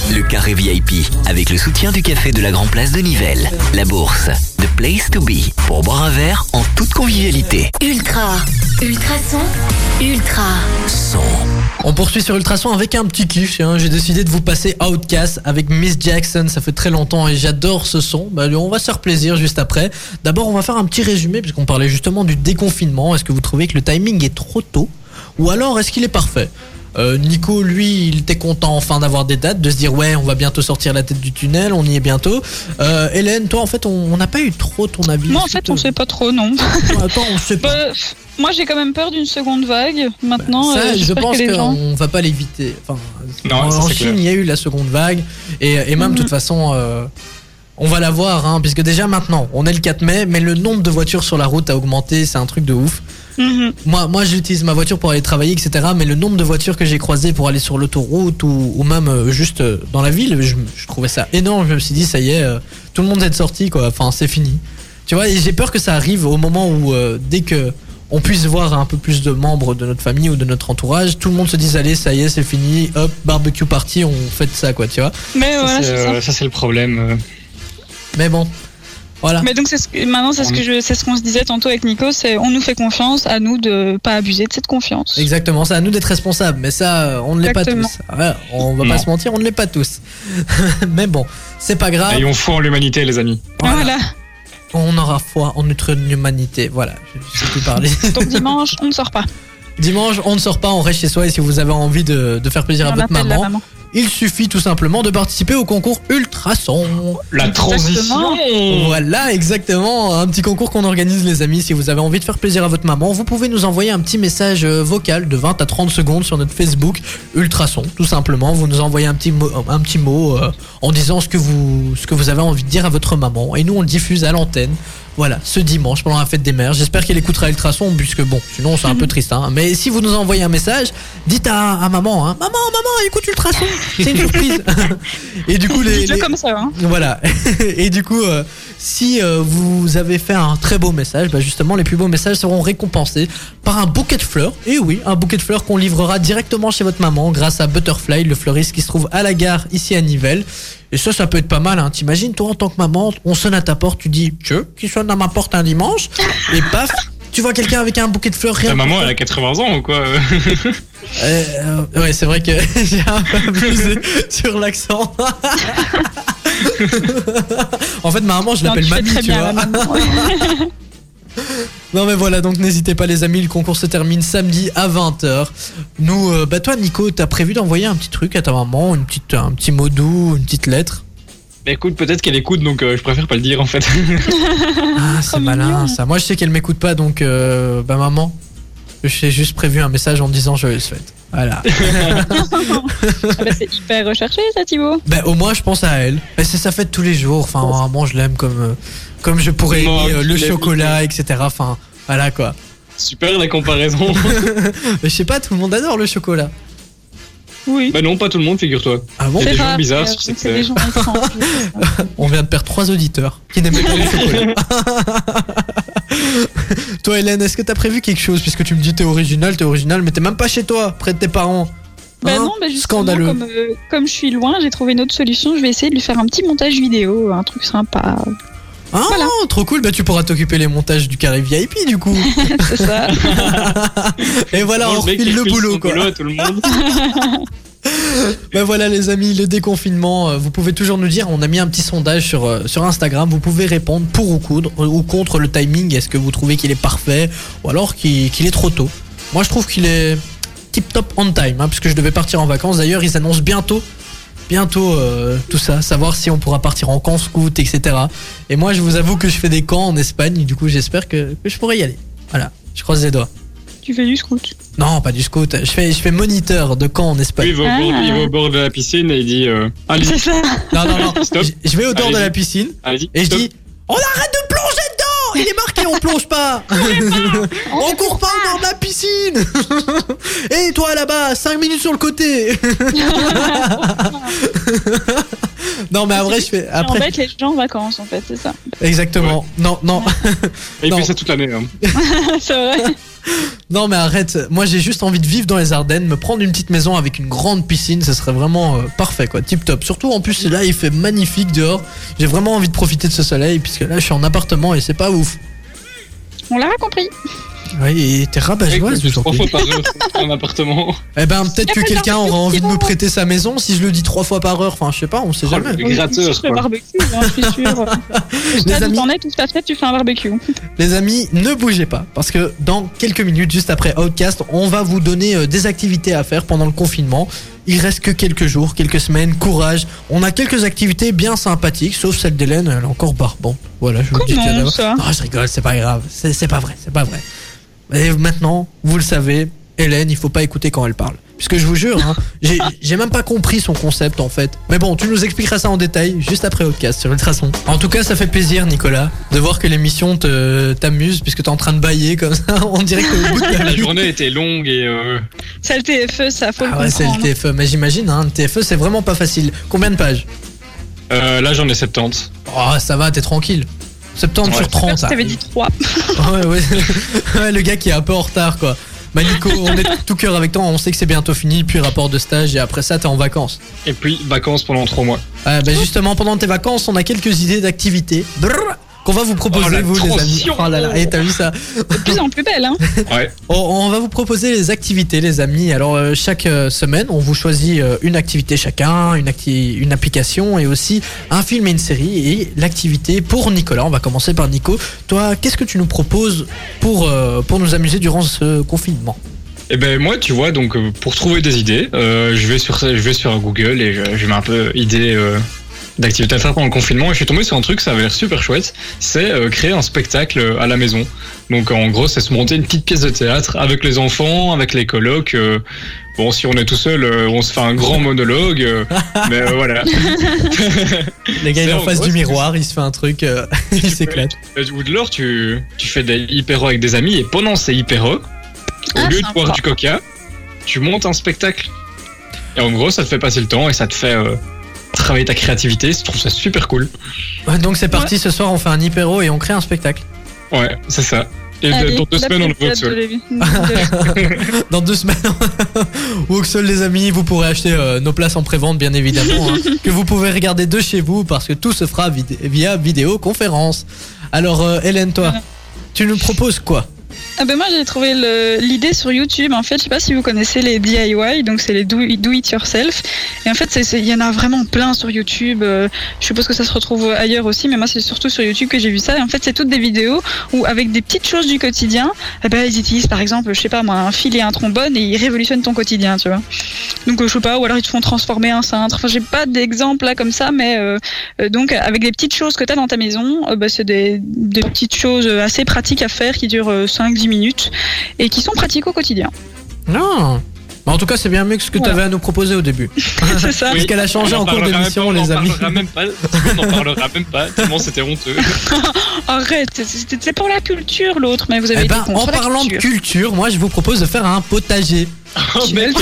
Le carré VIP, avec le soutien du café de la Grand Place de Nivelles. La Bourse, The Place to Be, pour boire un verre en toute convivialité. Ultra son, ultra Son. On poursuit sur Ultrason avec un petit kiff. J'ai décidé de vous passer Outcast avec Miss Jackson. Ça fait très longtemps et j'adore ce son. On va se faire plaisir juste après. D'abord, on va faire un petit résumé puisqu'on parlait justement du déconfinement. Est-ce que vous trouvez que le timing est trop tôt ou alors est-ce qu'il est parfait ? Nico, lui, il était content enfin d'avoir des dates, de se dire ouais, on va bientôt sortir la tête du tunnel, on y est bientôt. Hélène, toi, en fait, on n'a pas eu trop ton avis. Moi, en fait, on sait pas trop, non. Attends, on sait pas. Moi, j'ai quand même peur d'une seconde vague. Maintenant, ça, je pense qu'on va pas l'éviter. Enfin, en Chine, il y a eu la seconde vague et même de toute façon. On va la voir, puisque déjà maintenant, on est le 4 mai, mais le nombre de voitures sur la route a augmenté, c'est un truc de ouf. Moi j'utilise ma voiture pour aller travailler, etc. Mais le nombre de voitures que j'ai croisées pour aller sur l'autoroute ou même juste dans la ville, je trouvais ça énorme. Je me suis dit, ça y est, tout le monde est sorti, quoi. Enfin, c'est fini. Tu vois, et j'ai peur que ça arrive au moment où, dès que on puisse voir un peu plus de membres de notre famille ou de notre entourage, tout le monde se dise, allez, ça y est, c'est fini, hop, barbecue party, on fait ça, quoi, tu vois. Mais voilà, ça, c'est le problème. Mais bon. Voilà. Mais donc maintenant c'est ce qu'on se disait tantôt avec Nico, c'est on nous fait confiance, à nous de pas abuser de cette confiance. Exactement, c'est à nous d'être responsables, mais ça on ne l'est pas tous. Ouais, on va pas se mentir, on ne l'est pas tous. Mais bon, c'est pas grave. Ayons foi en l'humanité, les amis. Voilà. On aura foi en notre humanité. Voilà, je sais plus parler. Donc dimanche, on ne sort pas. Dimanche, on ne sort pas, on reste chez soi et si vous avez envie de faire plaisir à votre maman. Il suffit tout simplement de participer au concours Ultrason. La transition. Voilà, exactement. Un petit concours qu'on organise, les amis. Si vous avez envie de faire plaisir à votre maman, vous pouvez nous envoyer un petit message vocal de 20 à 30 secondes sur notre Facebook Ultrason. Tout simplement, vous nous envoyez un petit mot en disant ce que vous avez envie de dire à votre maman. Et nous, on le diffuse à l'antenne. Voilà, ce dimanche pendant la fête des mères. J'espère qu'elle écoutera Ultrason, puisque bon, sinon c'est un peu triste. Mais si vous nous envoyez un message, dites à maman, maman, écoute Ultrason. C'est une surprise. Et du coup, comme ça. Voilà. Et du coup, si vous avez fait un très beau message, justement, les plus beaux messages seront récompensés par un bouquet de fleurs. Et oui, un bouquet de fleurs qu'on livrera directement chez votre maman grâce à Butterfly, le fleuriste qui se trouve à la gare ici à Nivelles. Et ça peut être pas mal, T'imagines, toi, en tant que maman, on sonne à ta porte, tu dis, qui sonne à ma porte un dimanche, et paf, tu vois quelqu'un avec un bouquet de fleurs. Ta maman, elle a 80 ans ou quoi? Ouais, c'est vrai que j'ai un peu abusé sur l'accent. En fait, ma maman, je l'appelle mamie, tu vois. Non mais voilà, donc n'hésitez pas les amis, le concours se termine samedi à 20h. Nous, toi Nico, t'as prévu d'envoyer un petit truc à ta maman, un petit mot doux, une petite lettre? Bah écoute, peut-être qu'elle écoute, donc je préfère pas le dire en fait. Ah, c'est malin ça. Moi je sais qu'elle m'écoute pas, donc maman, j'ai juste prévu un message en disant joyeuse fête. Voilà. C'est hyper recherché ça, Thibaut. Au moins je pense à elle. C'est sa fête tous les jours, enfin maman je l'aime comme je pourrais aimer le chocolat, etc. Enfin, voilà quoi. Super la comparaison. Je sais pas, tout le monde adore le chocolat. Oui. Bah non, pas tout le monde, figure-toi. Ah bon? Il y a des gens bizarres sur cette des gens étranges. On vient de perdre 3 auditeurs qui n'aiment pas le chocolat. Toi Hélène, est-ce que t'as prévu quelque chose? Puisque tu me dis t'es original, mais t'es même pas chez toi, près de tes parents. Non, justement, scandaleux. Comme je suis loin, j'ai trouvé une autre solution. Je vais essayer de lui faire un petit montage vidéo, un truc sympa. Voilà. Trop cool, tu pourras t'occuper les montages du carré VIP du coup. C'est ça. Et voilà, on refile le boulot quoi. Boulot à tout le monde. Voilà les amis, le déconfinement, vous pouvez toujours nous dire, on a mis un petit sondage sur Instagram, vous pouvez répondre pour ou contre le timing. Est-ce que vous trouvez qu'il est parfait ou alors qu'il est trop tôt? Moi je trouve qu'il est tip top on time, puisque je devais partir en vacances. D'ailleurs ils annoncent bientôt tout ça, savoir si on pourra partir en camp scout, etc. Et moi je vous avoue que je fais des camps en Espagne, du coup j'espère que je pourrai y aller. Voilà, je croise les doigts. Tu fais du scout? Non, pas du scout, je fais moniteur de camp en Espagne. Oui, il va au bord de la piscine et il dit allez. C'est ça. Non, stop. Je vais au bord de la piscine et je dis on arrête de plonger dedans. Il est marqué on plonge pas. On court pas au bord de la piscine. Et toi là-bas 5 minutes sur le côté. Non mais après je fais après. En fait les gens en vacances en fait, c'est ça. Exactement. Ouais. Non. Et il fait ça toute l'année. C'est vrai. Non mais arrête, moi j'ai juste envie de vivre dans les Ardennes, me prendre une petite maison avec une grande piscine, ce serait vraiment parfait quoi, tip top. Surtout en plus là il fait magnifique dehors, j'ai vraiment envie de profiter de ce soleil puisque là je suis en appartement et c'est pas ouf. On l'a compris. Oui, et t'es rabat-joie, c'est 3 fois par heure en appartement. Eh ben peut-être que quelqu'un aura envie de me prêter sa maison si je le dis 3 fois par heure, enfin je sais pas, on sait jamais. Le gratteur, le barbecue, je suis sûr. Les amis, t'en es tout à fait, tu fais un barbecue. Les amis, ne bougez pas parce que dans quelques minutes, juste après Outcast, on va vous donner des activités à faire pendant le confinement. Il reste que quelques jours, quelques semaines, courage. On a quelques activités bien sympathiques, sauf celle d'Hélène, elle est encore barbante. Voilà, je vous le dis. Comment ça ? Non, je rigole, c'est pas grave, c'est pas vrai, c'est pas vrai. Et maintenant, vous le savez, Hélène, il faut pas écouter quand elle parle. Puisque je vous jure, hein, j'ai même pas compris son concept en fait. Mais bon, tu nous expliqueras ça en détail juste après Outcast sur Ultrason. En tout cas, ça fait plaisir, Nicolas, de voir que l'émission t'amuse puisque t'es en train de bailler comme ça. On dirait qu'au bout de la journée était longue et. C'est le TFE, ça faut le comprendre. Ouais, c'est le TFE, mais j'imagine, hein, le TFE c'est vraiment pas facile. Combien de pages ? Là, j'en ai 70. Oh, ça va, t'es tranquille. 70 sur 30. Je t'avais dit 3. Ouais, le gars qui est un peu en retard quoi. Bah Nico, on est tout cœur avec toi, on sait que c'est bientôt fini, puis rapport de stage et après ça t'es en vacances. Et puis vacances pendant 3 mois. Bah justement pendant tes vacances on a quelques idées d'activités qu'on va vous proposer vous les amis. Oh là là, et t'as vu ça ? De plus en plus belle hein. Ouais. On va vous proposer les activités les amis. Alors chaque semaine on vous choisit une activité chacun, une application et aussi un film et une série. Et l'activité pour Nicolas, on va commencer par Nico. Toi qu'est-ce que tu nous proposes pour nous amuser durant ce confinement ? Eh ben moi tu vois donc pour trouver des idées, je vais sur Google et je mets un peu idées d'activités à faire pendant le confinement et je suis tombé sur un truc, ça avait l'air super chouette, c'est créer un spectacle à la maison. Donc en gros c'est se monter une petite pièce de théâtre avec les enfants, avec les colocs. Bon si on est tout seul, on se fait un grand monologue, mais voilà. Les gars il est en face du miroir, il se fait un truc, il s'éclate. Ou de l'or tu fais des hyperos avec des amis et pendant ces hyperos, au lieu de boire du coca, tu montes un spectacle. Et en gros ça te fait passer le temps et ça te fait... travailler ta créativité, je trouve ça super cool. Ouais, donc c'est parti, ce soir on fait un hypéro et on crée un spectacle. Ouais, c'est ça. Et allez, dans 2 semaines on le voit au sol. Dans 2 semaines, Woxol les amis, vous pourrez acheter nos places en prévente bien évidemment, hein, que vous pouvez regarder de chez vous parce que tout se fera via vidéoconférence. Alors Hélène, toi, tu nous proposes quoi ? Ah ben moi j'ai trouvé l'idée sur YouTube. En fait, je sais pas si vous connaissez les DIY, donc c'est les do it yourself. Et en fait, il y en a vraiment plein sur YouTube. Je suppose que ça se retrouve ailleurs aussi, mais moi c'est surtout sur YouTube que j'ai vu ça. Et en fait, c'est toutes des vidéos où avec des petites choses du quotidien, eh ben ils utilisent par exemple, je sais pas moi, un fil et un trombone et ils révolutionnent ton quotidien, tu vois. Donc je sais pas, ou alors ils te font transformer un cintre. Enfin, j'ai pas d'exemple là comme ça, mais donc avec des petites choses que t'as dans ta maison, c'est des petites choses assez pratiques à faire qui durent 5-10 minutes et qui sont pratiques au quotidien. Non. Mais en tout cas, c'est bien mieux que ce que tu avais à nous proposer au début. C'est ça. Parce qu'elle a changé en cours d'émission, les amis. On n'en parlera même pas, tellement c'était honteux. Arrête, c'était pour la culture l'autre, mais vous avez été contre en parlant de culture, moi je vous propose de faire un potager. Oh mec,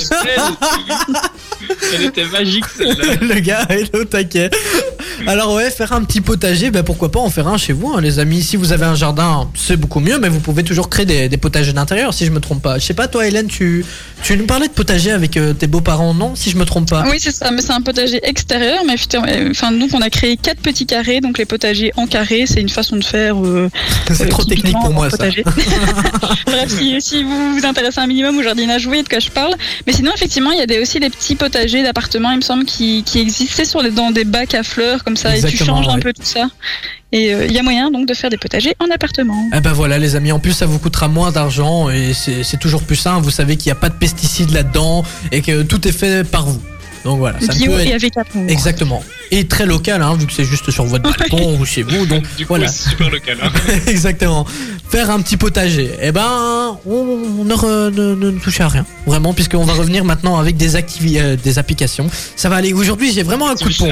elle était magique celle-là. Le gars est au taquet. Alors ouais, faire un petit potager, pourquoi pas en faire un chez vous hein, les amis. Si vous avez un jardin, c'est beaucoup mieux, mais vous pouvez toujours créer des potagers d'intérieur si je me trompe pas. Je sais pas toi Hélène, tu nous parlais de potager avec tes beaux-parents, non? Si je me trompe pas. Oui c'est ça, mais c'est un potager extérieur, mais donc on a créé 4 petits carrés, donc les potagers en carré, c'est une façon de faire c'est trop technique pour moi ça. Bref, si vous vous intéressez un minimum au jardinage, vous voyez de quoi je parle. Mais sinon effectivement il y a aussi des petits potagers d'appartements, il me semble, qui existaient dans des bacs à fleurs comme ça. Exactement, et tu changes un peu tout ça. Et il y a moyen donc de faire des potagers en appartement. Eh ben voilà les amis, en plus ça vous coûtera moins d'argent et c'est toujours plus sain. Vous savez qu'il n'y a pas de pesticides là-dedans et que tout est fait par vous. Donc voilà, ça bio peut être... et avec amour. Exactement. Et très local, hein, vu que c'est juste sur votre balcon ou chez vous. Donc du coup, voilà. C'est super local. Hein. Exactement. Faire un petit potager. Eh ben, on ne touche à rien. Vraiment, puisqu'on va revenir maintenant avec des applications. Ça va aller. Aujourd'hui, j'ai vraiment un coup de pompe.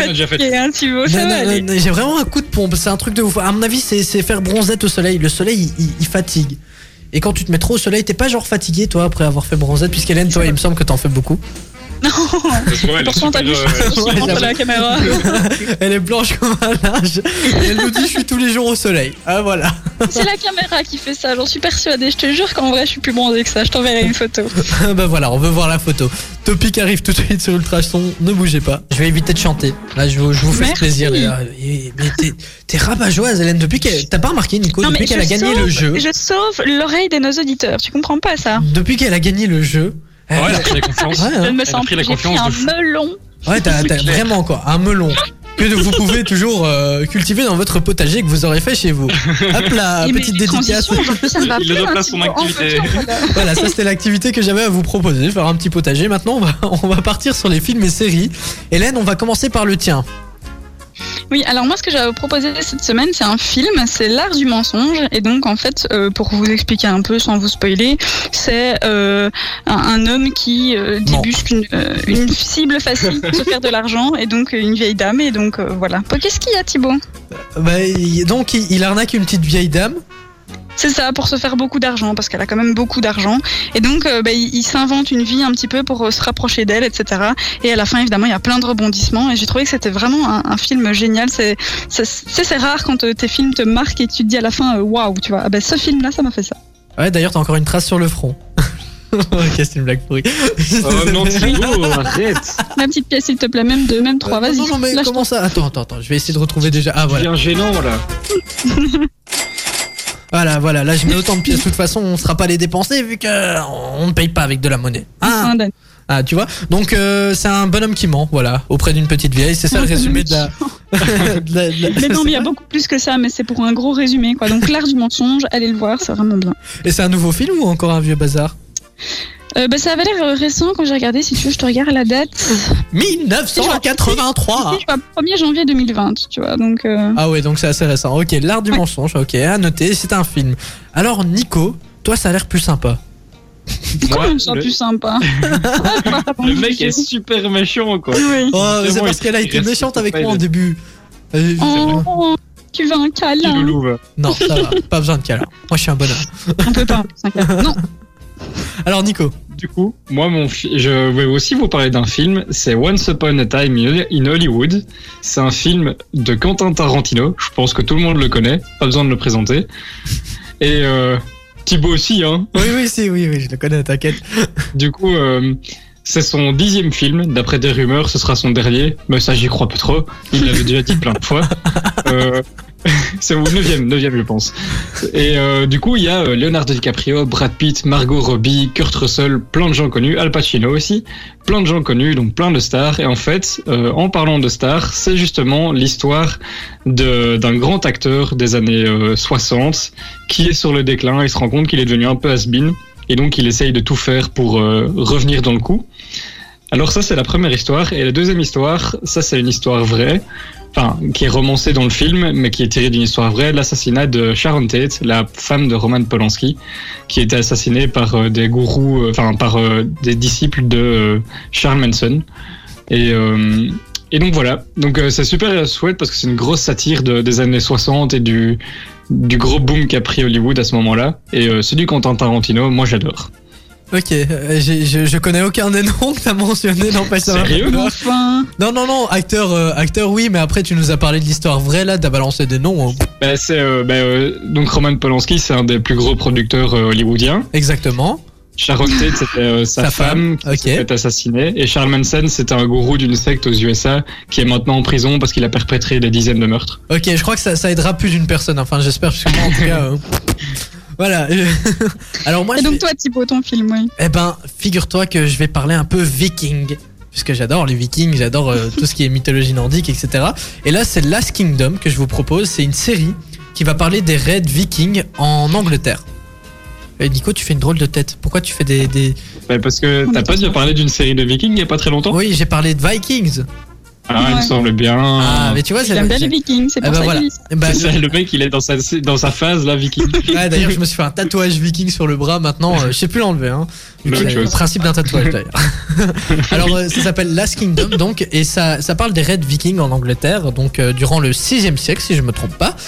J'ai vraiment un coup de pompe. C'est un truc de ouf. À mon avis, c'est faire bronzette au soleil. Le soleil, il fatigue. Et quand tu te mets trop au soleil, t'es pas genre fatigué, toi, après avoir fait bronzette, puisqu'Hélène, toi, il me semble que t'en fais beaucoup. Non. Ouais, Pourtant, t'as vu, Ouais, contre la caméra. Elle est blanche comme un linge. Et elle nous dit, je suis tous les jours au soleil. Ah, voilà. C'est la caméra qui fait ça, j'en suis persuadée. Je te jure qu'en vrai, je suis plus bronzée que ça. Je t'enverrai une photo. Bah voilà, on veut voir la photo. Topic arrive tout de suite sur Ultrason, ne bougez pas. Je vais éviter de chanter. Là, je vous fais Merci. plaisir, les gars. Mais t'es rabat-joieuse, Hélène. T'as pas remarqué, Nico, depuis qu'elle a gagné le jeu. Je sauve l'oreille de nos auditeurs. Tu comprends pas ça? Depuis qu'elle a gagné le jeu. Ouais, elle a pris la confiance. Ouais, hein. Je ne me Elle a sens pris plus. la J'ai pris confiance un de fou. melon. Ouais, t'as vraiment quoi, un melon que vous pouvez toujours cultiver dans votre potager que vous aurez fait chez vous. Hop là, Et petite mais les dédicace. transitions, aujourd'hui, ça ne va Il plus, le replace hein, son Thibaut. activité. Voilà, ça c'était l'activité que j'avais à vous proposer, faire un petit potager. Maintenant, on va partir sur les films et séries. Hélène, on va commencer par le tien. Oui, alors moi ce que j'avais proposé cette semaine, c'est un film, c'est L'Art du mensonge. Et donc en fait, pour vous expliquer un peu sans vous spoiler, c'est un homme qui débusque une cible facile pour se faire de l'argent, et donc une vieille dame. Et donc voilà. Qu'est-ce qu'il y a, Thibaut? Donc il arnaque une petite vieille dame. C'est ça, pour se faire beaucoup d'argent, parce qu'elle a quand même beaucoup d'argent. Et donc, il s'invente une vie un petit peu pour se rapprocher d'elle, etc. Et à la fin, évidemment, il y a plein de rebondissements. Et j'ai trouvé que c'était vraiment un film génial. C'est rare quand tes films te marquent et tu te dis à la fin, waouh, tu vois. Ce film-là, ça m'a fait ça. Ouais, d'ailleurs, t'as encore une trace sur le front. Ok, c'est une blague pourrie. Oh non, Thibaut, arrête. La petite pièce, s'il te plaît, même 3, vas-y. Non, mais comment ça? Attends, je vais essayer de retrouver déjà. Ah, voilà. Bien gênant, là. Voilà, là je mets autant de pièces. De toute façon, on ne sera pas les dépenser vu qu'on ne paye pas avec de la monnaie. Ah, tu vois. Donc c'est un bonhomme qui ment, voilà, auprès d'une petite vieille. C'est ça le résumé de la. Mais non, mais il y a beaucoup plus que ça. Mais c'est pour un gros résumé, quoi. Donc L'Art du mensonge, allez le voir, c'est vraiment bien. Et c'est un nouveau film ou encore un vieux bazar? Ça avait l'air récent quand j'ai regardé. Si tu veux, je te regarde la date. 1983. Je vois 1er janvier 2020, tu vois. Donc. Ah ouais, donc c'est assez récent. Ok, L'Art du mensonge. Ok, à noter. C'est un film. Alors Nico, toi, ça a l'air plus sympa. Comment ça plus sympa? Le mec est super méchant, quoi. Oui. Oh, c'est parce qu'elle a été méchante avec moi au début. Oh, tu veux un câlin? Non, ça va. Pas besoin de câlin. Moi, je suis un bonhomme. On peut pas. Non. Alors Nico. Du coup, moi je vais aussi vous parler d'un film, c'est Once Upon a Time in Hollywood. C'est un film de Quentin Tarantino, je pense que tout le monde le connaît, pas besoin de le présenter. Et Thibaut aussi, hein. Oui, je le connais, t'inquiète. Du coup, c'est son 10e film, d'après des rumeurs, ce sera son dernier, mais ça j'y crois pas trop, il l'avait déjà dit plein de fois. C'est au 9e je pense. Et du coup il y a Leonardo DiCaprio, Brad Pitt, Margot Robbie, Kurt Russell, plein de gens connus, Al Pacino aussi, plein de gens connus, donc plein de stars. Et en fait, en parlant de stars, c'est justement l'histoire d'un grand acteur des années 60 qui est sur le déclin. Il se rend compte qu'il est devenu un peu has-been et donc il essaye de tout faire pour revenir dans le coup. Alors ça c'est la première histoire, et la deuxième histoire, ça c'est une histoire vraie, enfin qui est romancée dans le film, mais qui est tirée d'une histoire vraie, l'assassinat de Sharon Tate, la femme de Roman Polanski, qui a été assassinée par des gourous, par des disciples de Charles Manson. Et donc voilà, donc c'est super chouette parce que c'est une grosse satire des années 60 et du gros boom qu'a pris Hollywood à ce moment-là. Et c'est du Quentin Tarantino, moi j'adore. Ok, je connais aucun des noms que t'as mentionné dans Passion. Sérieux? Enfin. Non, acteur oui, mais après tu nous as parlé de l'histoire vraie là, t'as balancé des noms. Donc Roman Polanski, c'est un des plus gros producteurs hollywoodiens. Exactement. Sharon Tate, c'était sa femme qui s'est fait assassiner. Et Charles Manson, c'était un gourou d'une secte aux USA qui est maintenant en prison parce qu'il a perpétré des dizaines de meurtres. Ok, je crois que ça aidera plus d'une personne, enfin j'espère, parce que moi en tout cas... Voilà. Alors moi, et donc toi Thibaut, ton film, oui. Eh ben, figure-toi que je vais parler un peu viking, puisque j'adore les vikings, j'adore tout ce qui est mythologie nordique, etc. Et là, c'est Last Kingdom que je vous propose. C'est une série qui va parler des raids vikings en Angleterre. Et Nico, tu fais une drôle de tête. Pourquoi tu fais des... Parce que t'as pas déjà parlé d'une série de vikings il y a pas très longtemps? Oui, j'ai parlé de Vikings. Ah, il me semble bien. Ah, mais tu vois, j'aime bien les vikings, c'est pour ça voilà. C'est ça, le mec, il est dans sa phase, là, viking. Ouais, d'ailleurs, je me suis fait un tatouage viking sur le bras maintenant. Je sais plus l'enlever, hein. Le principe d'un tatouage, d'ailleurs. Alors, ça s'appelle Last Kingdom, donc, et ça parle des raids vikings en Angleterre, donc, durant le 6e siècle, si je me trompe pas.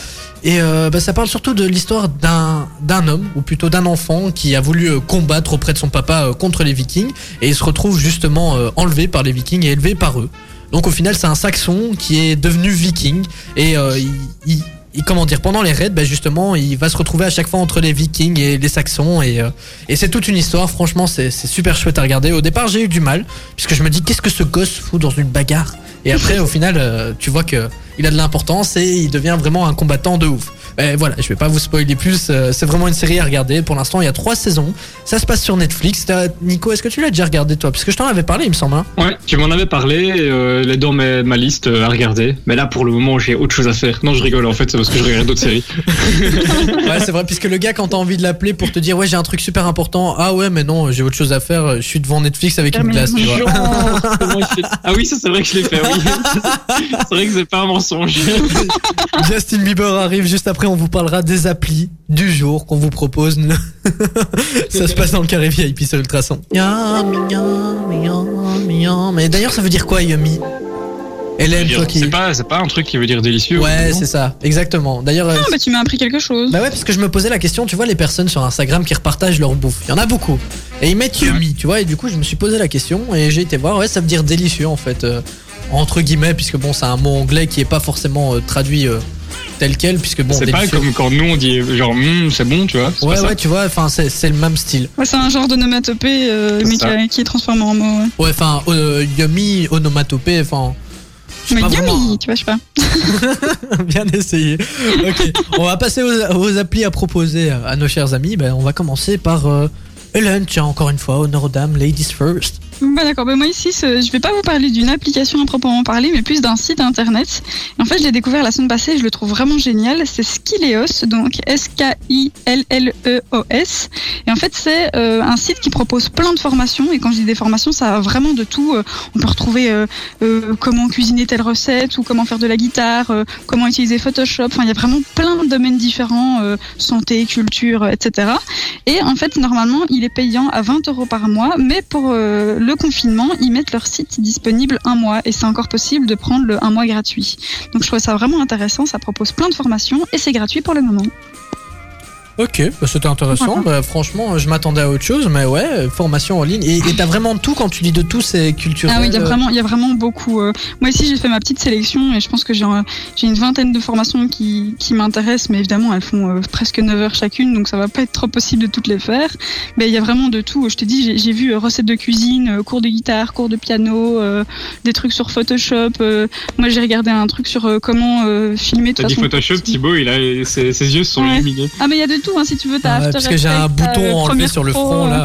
Et ça parle surtout de l'histoire d'un homme, ou plutôt d'un enfant, qui a voulu combattre auprès de son papa contre les Vikings, et il se retrouve justement enlevé par les Vikings et élevé par eux. Donc au final, c'est un Saxon qui est devenu Viking, et pendant les raids, justement, il va se retrouver à chaque fois entre les Vikings et les Saxons, et c'est toute une histoire. Franchement, c'est super chouette à regarder. Au départ, j'ai eu du mal, puisque je me dis, qu'est-ce que ce gosse fout dans une bagarre? Et après, au final, tu vois que il a de l'importance et il devient vraiment un combattant de ouf. Voilà, je vais pas vous spoiler plus, c'est vraiment une série à regarder. Pour l'instant, il y a 3 saisons, ça se passe sur Netflix. Nico, est-ce que tu l'as déjà regardé toi? Parce que je t'en avais parlé, il me semble. Hein. Ouais, tu m'en avais parlé, elle est dans ma liste à regarder. Mais là, pour le moment, j'ai autre chose à faire. Non, je rigole, en fait, c'est parce que je regarde d'autres séries. Ouais, c'est vrai, puisque le gars, quand t'as envie de l'appeler pour te dire, ouais, j'ai un truc super important, ah ouais, mais non, j'ai autre chose à faire, je suis devant Netflix avec une glace, tu vois. Ah oui, ça c'est vrai que je l'ai fait, oui. C'est vrai que c'est pas un mensonge. Justin Bieber arrive juste après, on vous parlera des applis du jour qu'on vous propose. Ça se passe dans le carré VIP sur Ultrason. Mais d'ailleurs, ça veut dire quoi, Yummy? Hélène, toi qui... C'est pas un truc qui veut dire délicieux. Ouais, c'est ça, exactement. D'ailleurs, tu m'as appris quelque chose. Bah ouais, parce que je me posais la question, tu vois, les personnes sur Instagram qui repartagent leur bouffe, il y en a beaucoup. Et ils mettent Yummy, tu vois, et du coup, je me suis posé la question et j'ai été voir, ouais, ça veut dire délicieux en fait. Entre guillemets, puisque bon, c'est un mot anglais qui est pas forcément traduit tel quel, puisque bon, c'est délicieux. pas comme quand nous on dit genre c'est bon, tu vois. Ouais, tu vois, enfin c'est le même style. Ouais, c'est un genre d'onomatopée mais qui est transformé en mot. Ouais, enfin yummy, onomatopée, enfin. Mais yummy, tu vois, je sais pas. Bien essayé. Ok, on va passer aux applis à proposer à nos chers amis. On va commencer par Hélène, tiens, encore une fois, honneur aux dames, ladies first. Bah d'accord, moi ici je vais pas vous parler d'une application à proprement parler, mais plus d'un site internet. Et en fait, je l'ai découvert la semaine passée, je le trouve vraiment génial. C'est Skileos, donc S-K-I-L-L-E-O-S. Et en fait, c'est un site qui propose plein de formations. Et quand je dis des formations, ça a vraiment de tout. On peut retrouver comment cuisiner telle recette, ou comment faire de la guitare, comment utiliser Photoshop. Enfin, il y a vraiment plein de domaines différents, santé, culture, etc. Et en fait, normalement, il est payant à 20 € par mois, mais pour le confinement, ils mettent leur site disponible 1 mois et c'est encore possible de prendre le 1 mois gratuit. Donc je trouve ça vraiment intéressant, ça propose plein de formations et c'est gratuit pour le moment. Ok, c'était intéressant. Voilà. Franchement, je m'attendais à autre chose, mais ouais, formation en ligne. Et t'as vraiment tout, quand tu dis de tout, c'est culturel. Ah oui, il y a vraiment beaucoup. Moi ici, j'ai fait ma petite sélection et je pense que j'ai une vingtaine de formations qui m'intéressent, mais évidemment, elles font presque 9 heures chacune, donc ça va pas être trop possible de toutes les faire. Mais il y a vraiment de tout. Je te dis, j'ai vu recettes de cuisine, cours de guitare, cours de piano, des trucs sur Photoshop. Moi, j'ai regardé un truc sur comment filmer. T'as dit Photoshop, Thibaut, ses yeux se sont illuminés. Ah mais il y a de tout, hein, si tu veux, t'as After parce que j'ai un bouton enlevé sur le front là.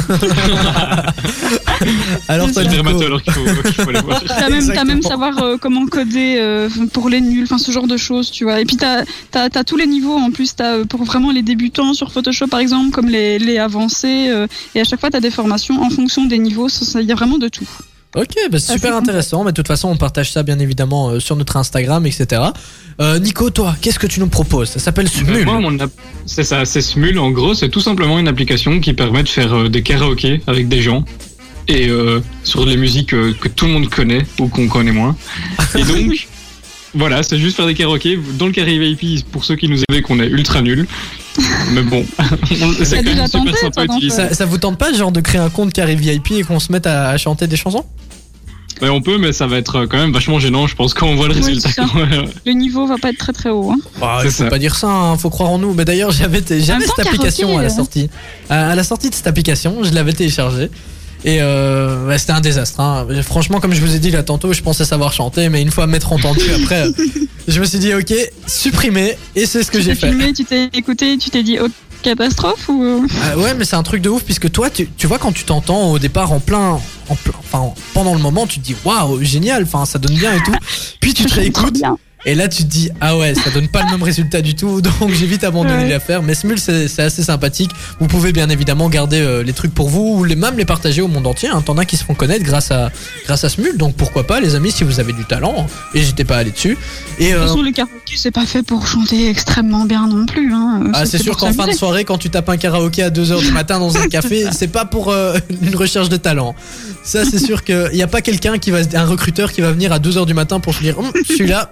Alors c'est le dermatologue qu'il faut aller voir. T'as même savoir comment coder pour les nuls, enfin ce genre de choses, tu vois. Et puis t'as tous les niveaux en plus, t'as pour vraiment les débutants sur Photoshop par exemple, comme les avancés, et à chaque fois t'as des formations en fonction des niveaux, il y a vraiment de tout. Ok, c'est super intéressant, mais de toute façon on partage ça bien évidemment sur notre Instagram, etc. Nico, toi, qu'est-ce que tu nous proposes? Ça s'appelle Smule. C'est ça, c'est Smule. En gros, c'est tout simplement une application qui permet de faire des karaokés avec des gens et sur les musiques que tout le monde connaît ou qu'on connaît moins. Et donc, voilà, c'est juste faire des karaokés dans le carré VIP pour ceux qui nous avaient qu'on est ultra nuls. Mais bon, c'est quand même super sympa à utiliser. Ça vous tente pas genre de créer un compte carré VIP et qu'on se mette à chanter des chansons? Ouais, on peut, mais ça va être quand même vachement gênant, je pense, quand on voit le résultat. Le niveau va pas être très très haut. Hein. Il faut pas dire ça, hein, faut croire en nous. Mais d'ailleurs, j'avais cette application à la sortie. À la sortie de cette application, je l'avais téléchargée. Et c'était un désastre. Hein. Franchement, comme je vous ai dit là tantôt, je pensais savoir chanter, mais une fois m'être entendu après, je me suis dit ok, supprimer, et c'est ce que j'ai fait. Filmé, tu t'es écouté, tu t'es dit ok. Catastrophe ou ouais, mais c'est un truc de ouf puisque toi tu vois quand tu t'entends au départ pendant le moment tu te dis waouh génial, enfin ça donne bien et tout, puis tu te réécoutes et là tu te dis ah ouais ça donne pas le même résultat du tout, donc j'ai vite abandonné l'affaire. Mais Smule c'est assez sympathique, vous pouvez bien évidemment garder les trucs pour vous ou même les partager au monde entier, hein. T'en as qui se font connaître grâce à Smule, donc pourquoi pas les amis, si vous avez du talent, n'hésitez pas à aller dessus. Et de toute façon, le karaoké c'est pas fait pour chanter extrêmement bien non plus, hein. C'est sûr qu'en fin de soirée quand tu tapes un karaoké à 2h du matin dans un café, c'est pas pour une recherche de talent, ça c'est sûr qu'il n'y a pas quelqu'un un recruteur qui va venir à 2h du matin pour se dire celui-là il est bon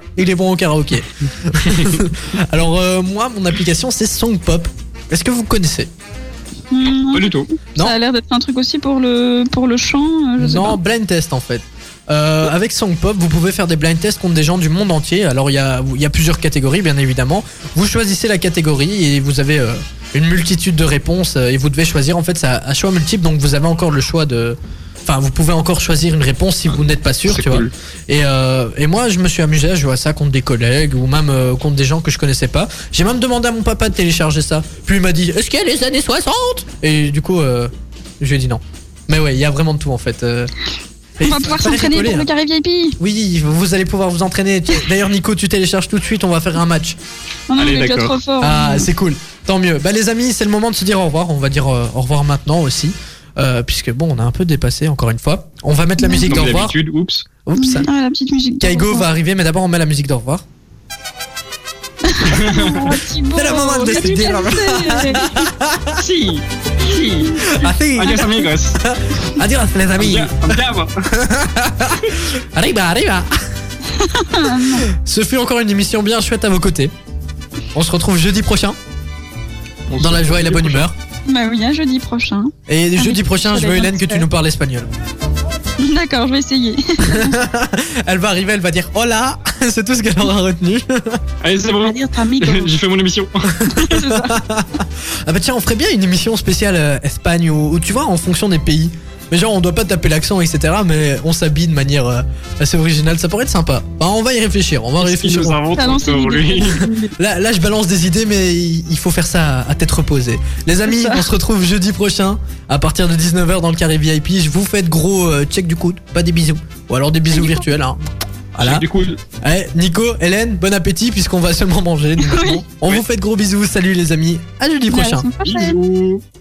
bon au karaoké. Alors moi, mon application c'est Songpop. Est-ce que vous connaissez? Pas du tout. Non. Ça a l'air d'être un truc aussi pour le chant. Je sais Non, pas. blind test en fait. Avec Songpop, vous pouvez faire des blind tests contre des gens du monde entier. Alors il y a plusieurs catégories, bien évidemment. Vous choisissez la catégorie et vous avez une multitude de réponses et vous devez choisir. En fait, c'est à choix multiple, donc vous avez encore le choix de. Enfin, vous pouvez encore choisir une réponse si vous n'êtes pas sûr, tu cool. vois. Et moi, je me suis amusé à jouer à ça contre des collègues ou même contre des gens que je connaissais pas. J'ai même demandé à mon papa de télécharger ça. Puis il m'a dit, est-ce qu'il y a les années 60? Et du coup, je lui ai dit non. Mais ouais, il y a vraiment de tout en fait. On va pouvoir s'entraîner pour le carré VIP. Oui, vous allez pouvoir vous entraîner. D'ailleurs, Nico, tu télécharges tout de suite, on va faire un match. Non, Allez, il est déjà d'accord. trop fort. Ah, c'est cool. Tant mieux. Bah, les amis, c'est le moment de se dire au revoir. On va dire au revoir maintenant aussi. Puisque bon, on a un peu dépassé encore une fois. On va mettre la musique d'au Comme revoir. d'habitude, oups. Oups. Ah, la petite musique. Kaigo va arriver, mais d'abord on met la musique d'au revoir. C'est la moment de se dire. Si. Ah, si. Adios amigos. Adios les amis. Andiamo. Arriba. Ce fut encore une émission bien chouette à vos côtés. On se retrouve jeudi prochain dans la joie et la bonne humeur. Bah oui, jeudi prochain. Et jeudi Avec prochain, je veux Hélène que tu nous parles espagnol. D'accord, je vais essayer. Elle va arriver, elle va dire hola. C'est tout ce qu'elle aura retenu. Allez, c'est bon. J'ai fait mon émission. Ah bah tiens, on ferait bien une émission spéciale Espagne ou tu vois en fonction des pays. Mais genre on doit pas taper l'accent etc. Mais on s'habille de manière assez originale. Ça pourrait être sympa. Enfin, on va y réfléchir. On va réfléchir. Il nous invente encore, lui. Là je balance des idées mais il faut faire ça à tête reposée. Les amis, on se retrouve jeudi prochain à partir de 19h dans le carré VIP. Je vous fais de gros check du coude, pas des bisous. Ou alors des bisous virtuels hein. Voilà. Du coude. Allez, Nico, Hélène, bon appétit puisqu'on va seulement manger. On vous fait de gros bisous. Salut les amis. À jeudi prochain. Bisous.